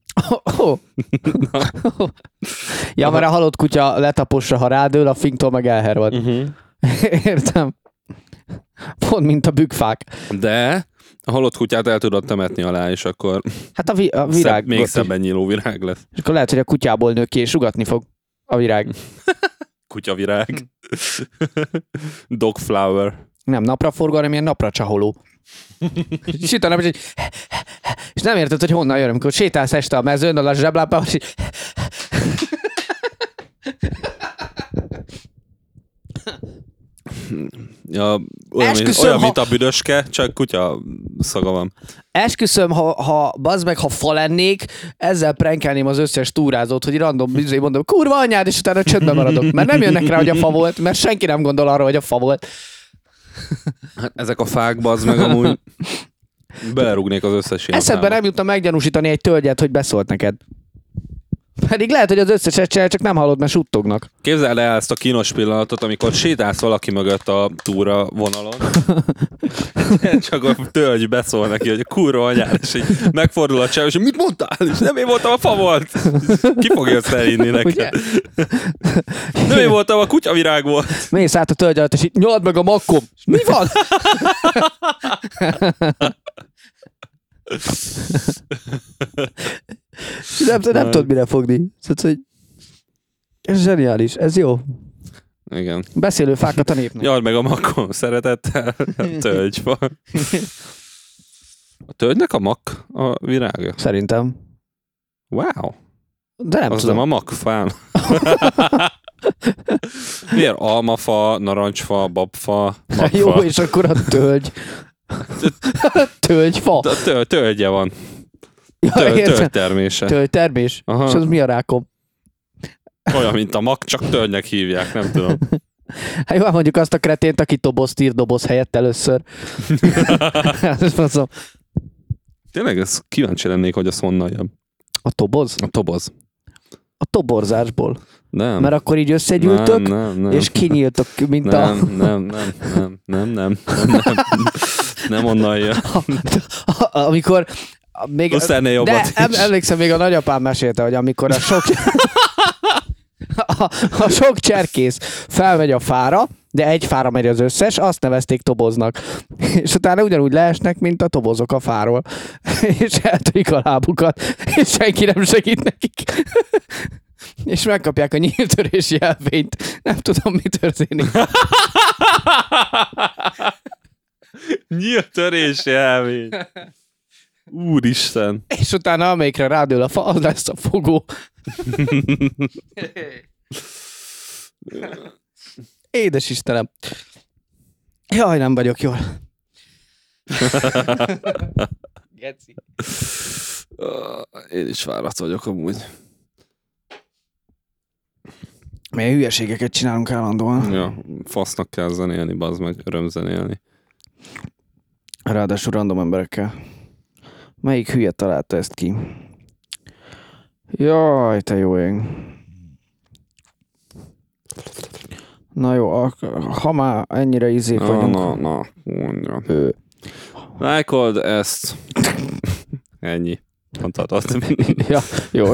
Ja, mert a halott kutya letapossa, ha rádől, a fingtól meg elhervad. Értem. Pont, mint a bükkfák. De a halott kutyát el tudod temetni alá, és akkor hát a virág még szebben nyíló virág lesz. És akkor lehet, hogy a kutyából nő ki, és sugatni fog a virág. Kutyavirág. Dogflower. Nem napraforgó, hanem ilyen napracsaholó. És nem érted, hogy honnan jön, amikor sétálsz este a mezőn, a zseblámpával, és ja, olyan mint a büdöske, csak kutya szaga van. Esküszöm, ha bazd meg, ha fa lennék, ezzel prankelném az összes túrázót, hogy random mondom, kurva anyád, és utána csöndben maradok. Mert nem jönnek rá, hogy a fa volt, mert senki nem gondol arra, hogy a fa volt. Hát ezek a fák, bazd meg, amúgy belerúgnék az összes ilyen. Eszedbe nem jutna meggyanúsítani egy tölgyet, hogy beszólt neked. Pedig lehet, hogy az összeset csinál, csak nem hallod, mert suttognak. Képzeld el ezt a kínos pillanatot, amikor sétálsz valaki mögött a túra vonalon, csak a tölgy beszól neki, hogy kurva anyád, és így megfordul a csáv, és mit mondtál? És nem én voltam, a fa volt. Ki fogja ezt elhinni neked? Nem én voltam, a kutyavirág volt. Mész át a tölgy alatt, és így nyolad meg a makkom. Mi van? Nem tudod mire fogni. Szóval, hogy ez zseniális, ez jó. Igen. Beszélő fákat a népnek. Jard meg a makkom, szeretettel, tölgyfa. A tölgynek a mak a virága? Szerintem. Wow. De nem az tudom. Nem a makfám. Miért? Almafa, narancsfa, babfa, makfa. Jó, és akkor a tölgy. Tölgyfa. Tölgye van. Ja, tölgytermése. Tölgytermés? És az mi a rákom? Olyan, mint a mak, csak tölgynek hívják, nem tudom. Hát jó, mondjuk azt a kretént, aki dobozt ír doboz helyett először. Tényleg ez kíváncsi lennék, hogy az honnan jön. A toboz? A toboz. A toborzásból. Nem. Mert akkor így összegyűltök, nem. és kinyíltok, mint Nem onnan jön. Amikor még... Azt ennél jobbat de emlékszem, még a nagyapám mesélte, hogy amikor a sok... a sok cserkész felmegy a fára, de egy fára megy az összes, azt nevezték toboznak. És utána ugyanúgy leesnek, mint a tobozok a fáról. És eltörik a lábukat, és senki nem segít nekik. És megkapják a nyíltörési jelvényt. Nem tudom, mi történik. Nyíltörési elvény. Úristen. És utána amelyikre rádől a fa, az lesz a fogó. Édes Istenem. Jaj, nem vagyok jól. Geci. Én is fáradt vagyok amúgy. Milyen hülyeségeket csinálunk állandóan. Ja, fasznak kell zenélni, bazd meg, örömzenélni. Ráadásul random emberekkel. Melyik hülye találta ezt ki? Jaj, te jó ég. Na jó, ha már ennyire izék vagyunk. Na, mondja. Lájkold ezt. Ennyi. Mondhatod. Ja, jó.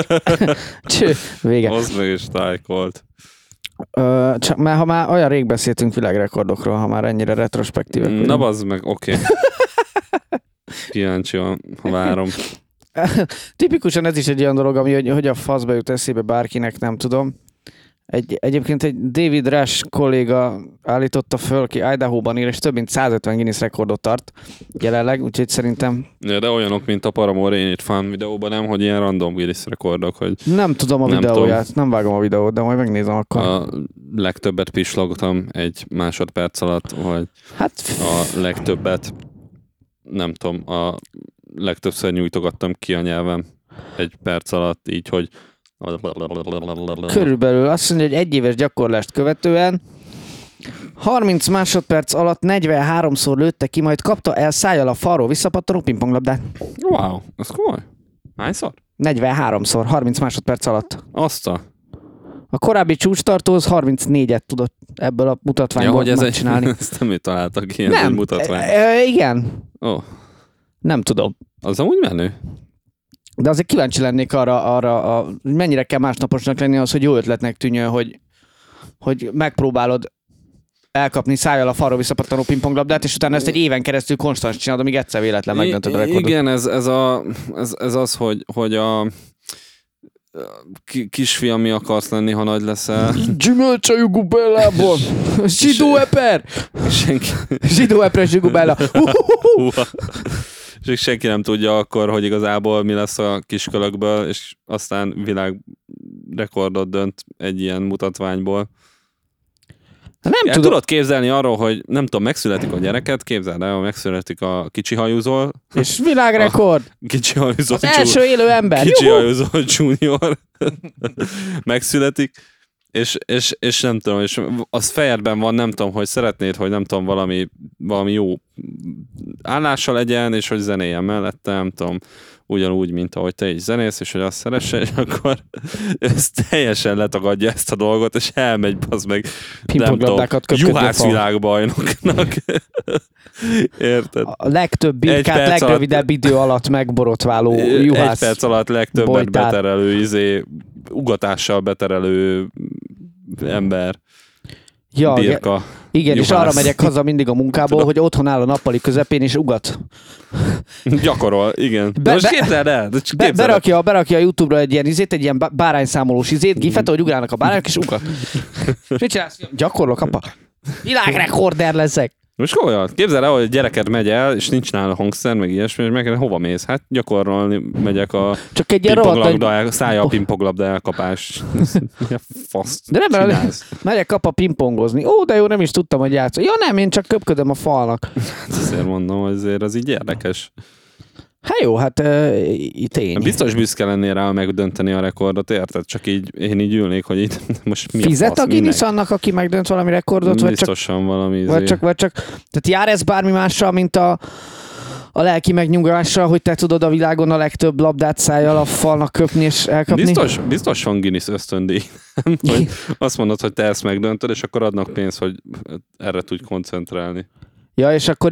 Vége. Hozd meg is lájkold. Csak mert ha már olyan rég beszéltünk világrekordokról, ha már ennyire retrospektívek vagyunk. Na bazd meg, oké. Kíváncsian várom. Tipikusan ez is egy olyan dolog, ami hogy a faszba jut eszébe bárkinek, nem tudom. Egyébként egy David Rush kolléga állította föl, aki Idaho-ban él, és több mint 150 Guinness rekordot tart jelenleg, úgyhogy szerintem... Ja, de olyanok, mint a Paramore Ain't It Fun videóban, nem, hogy ilyen random Guinness rekordok, hogy... Nem tudom a videóját, nem vágom a videót, de majd megnézem akkor. A legtöbbet pislogtam egy másodperc alatt, vagy hát... a legtöbbet, nem tudom, a legtöbbször nyújtogattam ki a nyelvem egy perc alatt, így, hogy... Körülbelül azt mondja, hogy egy éves gyakorlást követően 30 másodperc alatt 43-szor lőtte ki, majd kapta el szájjal a falról visszapattanó pingponglabdát. Wow, ez komoly. Hányszor? 43-szor, 30 másodperc alatt. Azt A korábbi csúcstartóhoz 34-et tudott ebből a mutatványból megcsinálni. Ezt nem találtak ilyen nem, mutatványt. Igen. Oh. Nem tudom. Az amúgy menő. De azért kíváncsi lennék arra mennyire kell másnaposnak lenni az, hogy jó ötletnek tűnjön, hogy megpróbálod elkapni szájjal a falról visszapattanó pingponglabdát, és utána ezt egy éven keresztül konstans csinálod, amíg egyszer véletlen megdöntöd a rekordot. Igen, ez az, hogy a kisfiam mi akarsz lenni, ha nagy leszel. Gyümölcs a jugubellából! Zsidó eper! Zsidó eper, jugubella! És senki nem tudja akkor, hogy igazából mi lesz a kiskölökből, és aztán világrekordot dönt egy ilyen mutatványból. Nem tudom. tudom. Tudod képzelni arról, hogy nem tudom, megszületik a gyereket, képzeld el, megszületik a kicsi hajúzol. És világrekord! Kicsi hajúzol. Az első élő ember! Kicsi hajúzol junior. Megszületik. És nem tudom, és az fejedben van, nem tudom, hogy szeretnéd, hogy nem tudom, valami jó állása legyen, és hogy zenéljen mellette, nem tudom, ugyanúgy, mint ahogy te is zenész, és hogy azt szeresse, és akkor ez teljesen letagadja ezt a dolgot, és elmegy, az meg, nem tudom, juhászvilágbajnoknak. Érted? A legtöbb birkát legrövidebb idő alatt megborotváló juhász. Egy perc alatt legtöbbet beterelő, ugatással beterelő ember. Ja, birka. Igen, juhász. És arra megyek haza mindig a munkából, hogy otthon áll a nappali közepén, és ugat. Gyakorol, igen. De most képzeld el. Berakja a YouTube-ra egy ilyen bárányszámolós gifet, hogy ugrálnak a bárányok, és ugat. És mit csinálsz? Gyakorlok, apa. Világrekorder leszek. Most komolyan, képzeld el, hogy a gyereked megy el, és nincs nála hangszer, meg ilyesmi, és meg hova mész? Hát gyakorolni megyek a csak egy ilyen szája a pingponglabda elkapás. Faszt de nem, megyek apa pingpongozni. Ó, de jó, nem is tudtam, hogy játszol. Ja nem, én csak köpködöm a falnak. Azért mondom, hogy azért az így érdekes. Hát jó, hát tény. Biztos büszke lennél rá megdönteni a rekordot, érted? Csak így én így ülnék, hogy itt most mi fizet a fasz, a Guinness annak, aki megdönt valami rekordot? Biztosan valami. Vagy csak. Tehát jár ez bármi mással, mint a lelki megnyugással, hogy te tudod a világon a legtöbb labdát szájjal a falnak köpni és elkapni? Biztos van Guinness ösztöndíj. Hogy azt mondod, hogy te ezt megdöntöd, és akkor adnak pénzt, hogy erre tudj koncentrálni. Ja, és akkor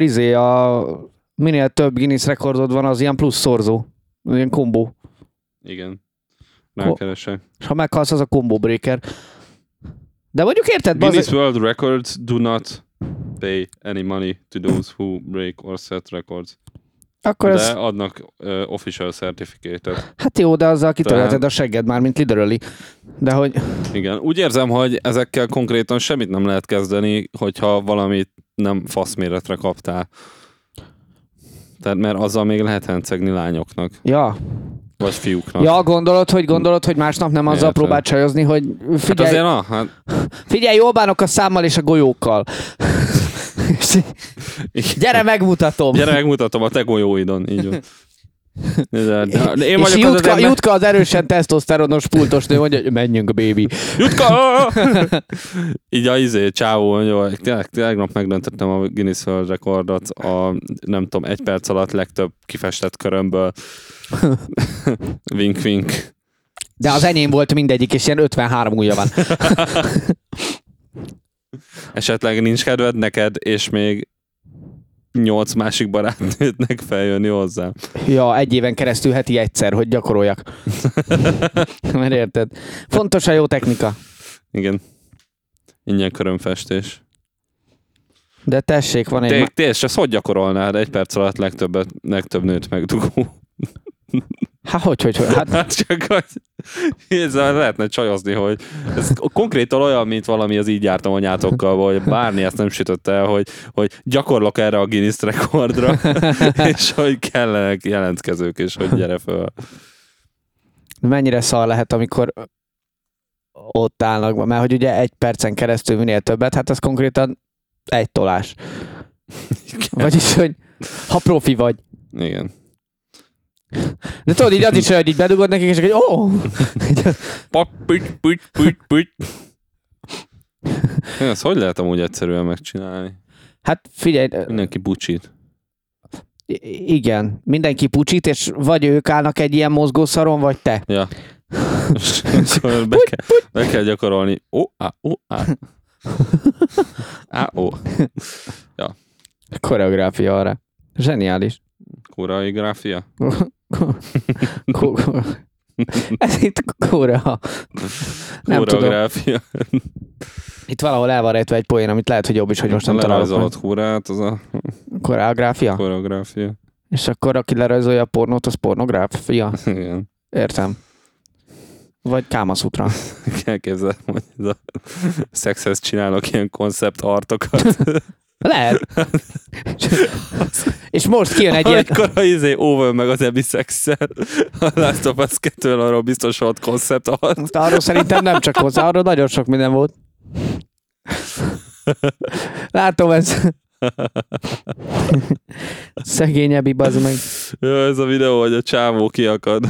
minél több Guinness rekordod van, az ilyen plusz szorzó. Ilyen kombó. Igen. rákeresek. És ha meghalsz, az a combo breaker. De mondjuk érted? Guinness World Records do not pay any money to those who break or set records. Akkor de ez... adnak official certificate-et. Hát jó, de azzal kitörölted a segged már, mint literally. De hogy... Igen. Úgy érzem, hogy ezekkel konkrétan semmit nem lehet kezdeni, hogyha valamit nem faszméretre kaptál. Tehát mert azzal még lehet hencegni lányoknak. Ja. Vagy fiúknak. Ja, gondolod, hogy másnap nem azzal próbál csajozni, hogy figyelj, hát azért, figyelj, jól bánok a számmal és a golyókkal. Gyere, megmutatom. Gyere, megmutatom a te golyóidon. Így van. De én és Jutka az erősen tesztoszteronos pultos nő mondja, hogy menjünk, baby. Jutka! Így a csávó mondja, tegnap megdöntöttem a Guinness World Recordot a nem tudom, 1 perc alatt legtöbb kifestett körömből. Wink, wink. De az enyém volt mindegyik, és ilyen 53 ujja van. Esetleg nincs kedved neked, és még 8 másik barátnőtnek feljönni hozzá. Ja, 1 éven keresztül heti egyszer, hogy gyakoroljak. Mert érted? Fontos a jó technika. Igen. Ingyen körömfestés. De tessék, van egy... Te ezt hogy gyakorolnád 1 perc alatt legtöbb nőt megdugó? Hát csak hogy ezzel lehetne csajozni, hogy ez konkrétan olyan, mint valami az így jártam anyátokkal, hogy bármi ezt nem sütött el, hogy gyakorlok erre a Guinness rekordra, és hogy kellenek jelentkezők, és hogy gyere föl. Mennyire szar lehet, amikor ott állnak, mert hogy ugye 1 percen keresztül minél többet, hát ez konkrétan 1 tolás. Igen. Vagyis, hogy ha profi vagy. Igen. De tudod, így az is olyan, hogy így bedugod nekik, és hogy Ezt hogy lehet amúgy egyszerűen megcsinálni? Hát figyelj. Mindenki bucsít. Igen. Mindenki pucsít, és vagy ők állnak egy ilyen mozgószaron, vagy te. Ja. Be kell gyakorolni. Ja. Koreográfia arra. Zseniális. Koreográfia? Ez itt Korea. Nem Koreográfia. tudom. Itt valahol el van rejtve egy poén, amit lehet, hogy jobb is, hogy most nem találok. Lerajzolod hurrát, az a... Koreográfia? Koreográfia. És akkor aki lerajzolja a pornót, az pornográfia? Igen. Értem. Vagy Kámaszútra. Elképzelem, hogy ez a szexhez csinálnak ilyen koncept artokat. Lehet. És most kijön egy ilyen... Amikor a Owen meg az Abby szexszel, a Last of Us 2-vel arról biztos volt koncept art. Most arról szerintem nem csak hozzá, arról nagyon sok minden volt. Látom ez. Szegény Abby, bazd meg. Ja, ez a videó, hogy a csávó kiakad.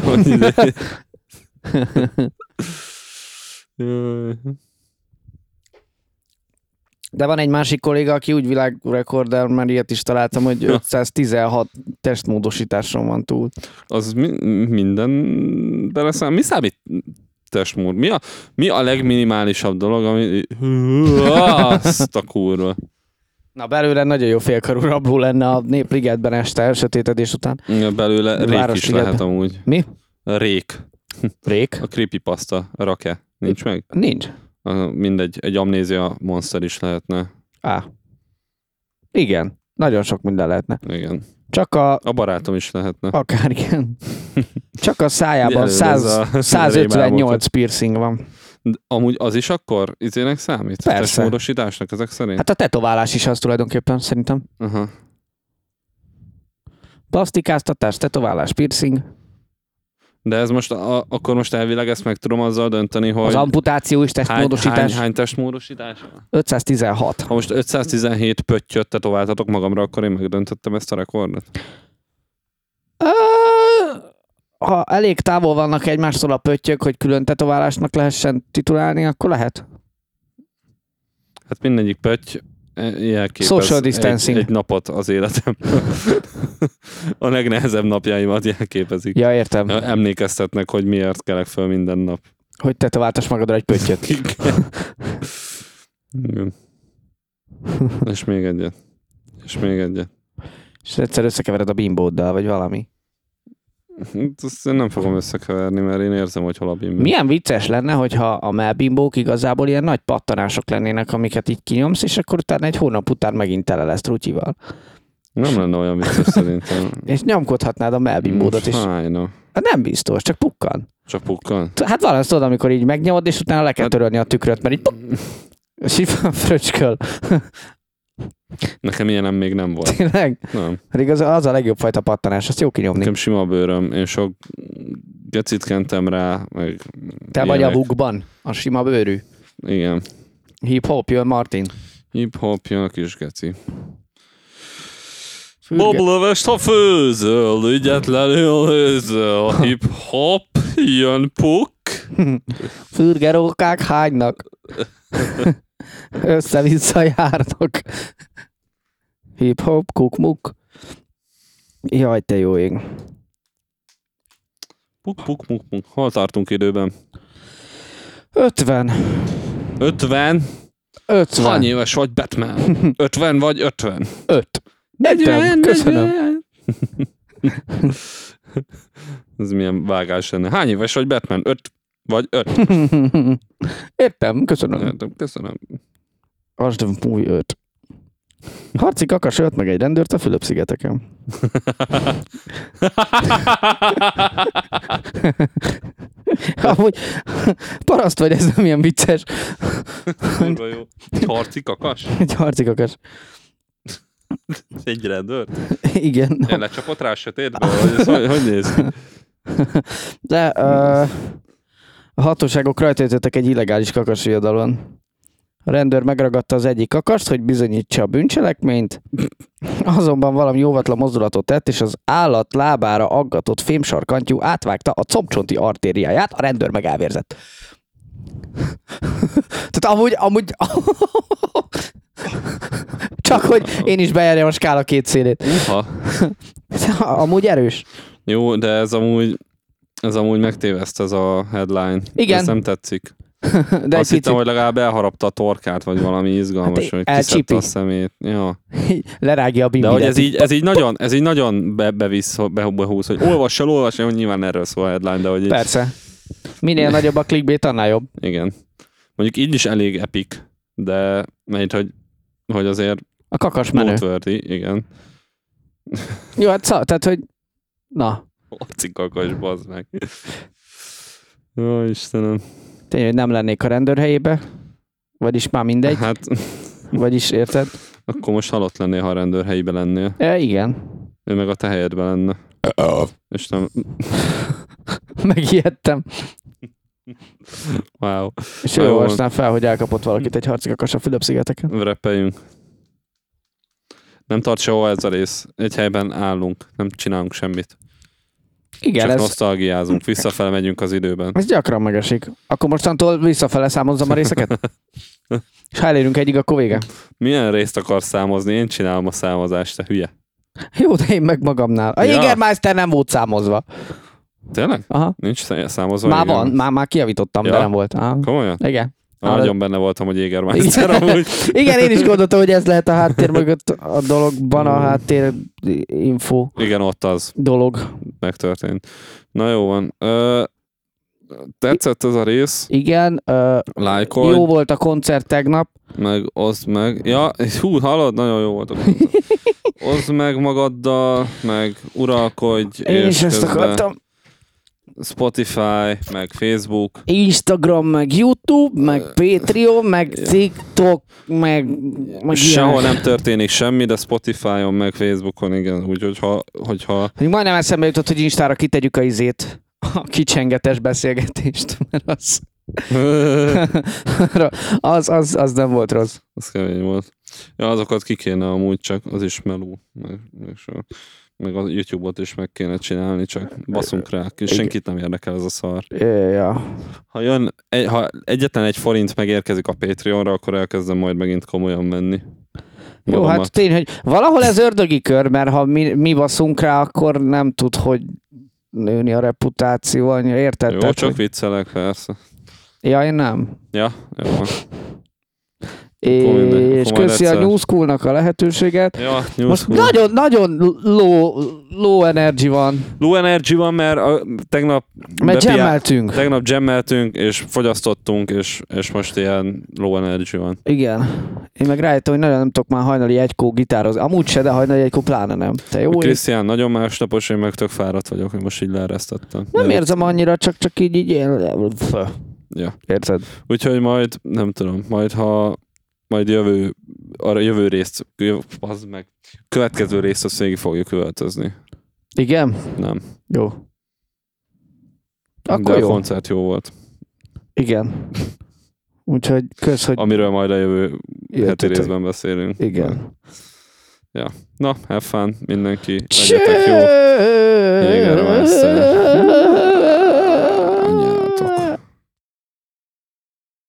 De van egy másik kolléga, aki úgy világrekordel, mert ilyet is találtam, hogy 516 testmódosításon van túl. Az minden beleszám. Mi számít testmód? Mi a legminimálisabb dolog, ami... Azt a kurva. Na, belőle nagyon jó félkarú rabló lenne a Népligetben este, sötétedés után. Ja, belőle rék is lehet amúgy. Mi? Rék. Rék? A creepypasta rake. Nincs meg? Nincs. Mindegy, egy amnézia monster is lehetne. Igen. Nagyon sok minden lehetne. Igen. Csak a barátom is lehetne. Akár igen. Csak a szájában 158 piercing van. Amúgy az is akkor izének számít? Persze. Testmódosításnak ezek szerint? Hát a tetoválás is az tulajdonképpen, szerintem. Aha. Plastikáztatás, tetoválás, piercing. De ez most, akkor most elvileg ezt meg tudom azzal dönteni, hogy... Az amputáció is testmódosítás. Hány testmódosítás? 516. Ha most 517 pöttyöt tetováltatok magamra, akkor én megdöntöttem ezt a rekordot? Ha elég távol vannak egymástól a pöttyök, hogy külön tetoválásnak lehessen titulálni, akkor lehet. Hát mindegyik pötty jelképez egy napot az életem. A legnehezebb napjaimat jelképezik. Ja, értem. Emlékeztetnek, hogy miért kelek föl minden nap. Hogy tetováltass magadra egy pöttyöt. Igen. És még egyet. És még egyet. És egyszer összekevered a bimbóddal, vagy valami. Ezt én nem fogom összekeverni, mert én érzem, hogy hol a bimbi. Milyen vicces lenne, hogyha a melbimbók igazából ilyen nagy pattanások lennének, amiket így kinyomsz, és akkor utána egy hónap után megint tele lesz trutyival. Nem lenne olyan vicces szerintem. És nyomkodhatnád a melbimbódot is. Fájna. Hát nem biztos, csak pukkan. Csak pukkan. Hát valahogy tudod, amikor így megnyomod, és utána le kell törölni a tükröt, mert így és így fröcsköl. Nekem ilyenem még nem volt. Tényleg? Nem. Pedig az a legjobb fajta pattanás, azt jó kinyomni. Nekem sima bőröm. Én sok gecit kentem rá, meg Te vagy a lukban, a sima bőrű. Igen. Hip-hop jön, Martin. Hip-hop jön a kis geci. Bablövest, ha főzöl, ügyetlenül őzöl. Hip-hop jön puk. Fürgerókák hánynak. Össze-vissza járnak. Hip-hop, kuk-muk. Jaj, te jó ég. Puk. Hol tartunk időben? 50. 50? 50. Hány éves vagy, Batman? 50 vagy 50? 5. Értem, köszönöm. Ez milyen vágás lenne. Hány éves vagy, Batman? 5 vagy 5? Értem, köszönöm. Köszönöm. Asd múj 5. Harci kakas ölt meg egy rendőrt a Fülöp-szigeteken. Amúgy paraszt vagy, ez nem ilyen vicces. Kurva jó. Egy harci kakas? Egy harci kakas. Egy rendőr? Igen. Lecsapott rá a sötétbe? Hogy néz ki? De a hatóságok rajtaütöttek egy illegális kakasviadalon. A rendőr megragadta az egyik kakast, hogy bizonyítsa a bűncselekményt, azonban valami óvatlan mozdulatot tett, és az állat lábára aggatott fémsarkantyú átvágta a combcsonti artériáját, a rendőr meg elvérzett. Tehát amúgy csak hogy én is bejárjam a skála két szélét. Amúgy erős. Jó, de ez amúgy megtéveszt ez a headline. Igen. Ez nem tetszik. De azt hittem, hogy legalább elharapta a torkát, vagy valami izgalmas, hogy kiszedte a szemét. Ja. Lerágja a bimbidet. De hogy ez így nagyon behúz, hogy olvassal, hogy nyilván erről szól a headline, de hogy így... Persze. Minél nagyobb a clickbait, annál jobb. Igen. Mondjuk így is elég epic, de mert hogy azért... A kakas menő. Noteworthy, igen. Jó, hát tehát, hogy... Na. Harci kakas, bazd meg. Jó, Istenem. Tényleg, hogy nem lennék a rendőr helyébe? Vagyis már mindegy? Hát... Vagyis érted? Akkor most halott lennél, ha a rendőr helyébe lennél. Igen. Ő meg a te helyedben lenne. És nem... Megijedtem. Wow. És ő olvasnám fel, hogy elkapott valakit egy harci kakas a Fülöp-szigeteken. Reppeljünk. Nem tart sehol ez a rész. Egy helyben állunk. Nem csinálunk semmit. Igen, csak nosztalgiázunk. Visszafele megyünk az időben. Ez gyakran megesik. Akkor mostantól visszafele számozzam a részeket? És ha elérünk egyig, akkor vége. Milyen részt akarsz számozni? Én csinálom a számozást, te hülye. Jó, de én meg magamnál. A Jägermeister nem volt számozva. Tényleg? Aha. Nincs számozva? Már van, már kijavítottam, de nem volt. Aha. Komolyan? Igen. Nagyon benne voltam, hogy Jägermeister amúgy. Igen, én is gondoltam, hogy ez lehet a háttér mögött a dologban, a háttér info. Igen, ott az. Dolog. Megtörtént. Na jó van. Tetszett ez a rész? Igen. Lájkolj. Jó volt a koncert tegnap. Meg oszd meg. Ja, hú, hallod? Nagyon jó volt a koncert. Oszd meg magaddal, meg uralkodj. Én is ezt akartam. Spotify, meg Facebook. Instagram, meg YouTube, meg Patreon, meg TikTok, meg sehol nem történik semmi, de Spotify-on, meg Facebookon, igen. Úgyhogy hogyha... Majdnem eszembe jutott, hogy Instára kitegyük a kicsengetes beszélgetést, mert az nem volt rossz. Az kemény volt. Ja, azokat ki kéne amúgy, csak az is meló. Meg a YouTube-ot is meg kéne csinálni, csak baszunk rá. Senkit nem érdekel ez a szar. Ja. Ha egyetlen egy forint megérkezik a Patreonra, akkor elkezdem majd megint komolyan menni. Jó, hát tényleg, hogy valahol ez ördögi kör, mert ha mi baszunk rá, akkor nem tud, hogy nőni a reputáció, annyira érted? Jó, tehát, csak hogy... viccelek, persze. Ja, én nem. Ja, jó. és majd köszi a egyszer. New School-nak a lehetőséget. Ja, New Most School. nagyon low energy van, Low energy van, mert tegnap mert jammeltünk. Tegnap jammeltünk, és fogyasztottunk, és most ilyen low energy van. Igen. Én meg rájöttem, hogy nagyon nem tudok már hajnali 1-kó gitározni. Amúgy se, de hajnali 1-kó pláne nem. Te jó, Krisztián nagyon másnapos, én meg tök fáradt vagyok, hogy most így leeresztettem. nem érzem annyira, csak így Ja. Érzed? Úgyhogy majd, nem tudom, majd jövő részt, az meg, következő részt azt végig fogjuk költözni. Igen? Nem. Jó. De Akkor a jó. koncert jó volt. Igen. Úgyhogy kösz, hogy Amiről majd a jövő heti jöttetek. részben beszélünk. Igen. Ja. Na, have fun, mindenki. Legyetek jó. Jégermeister.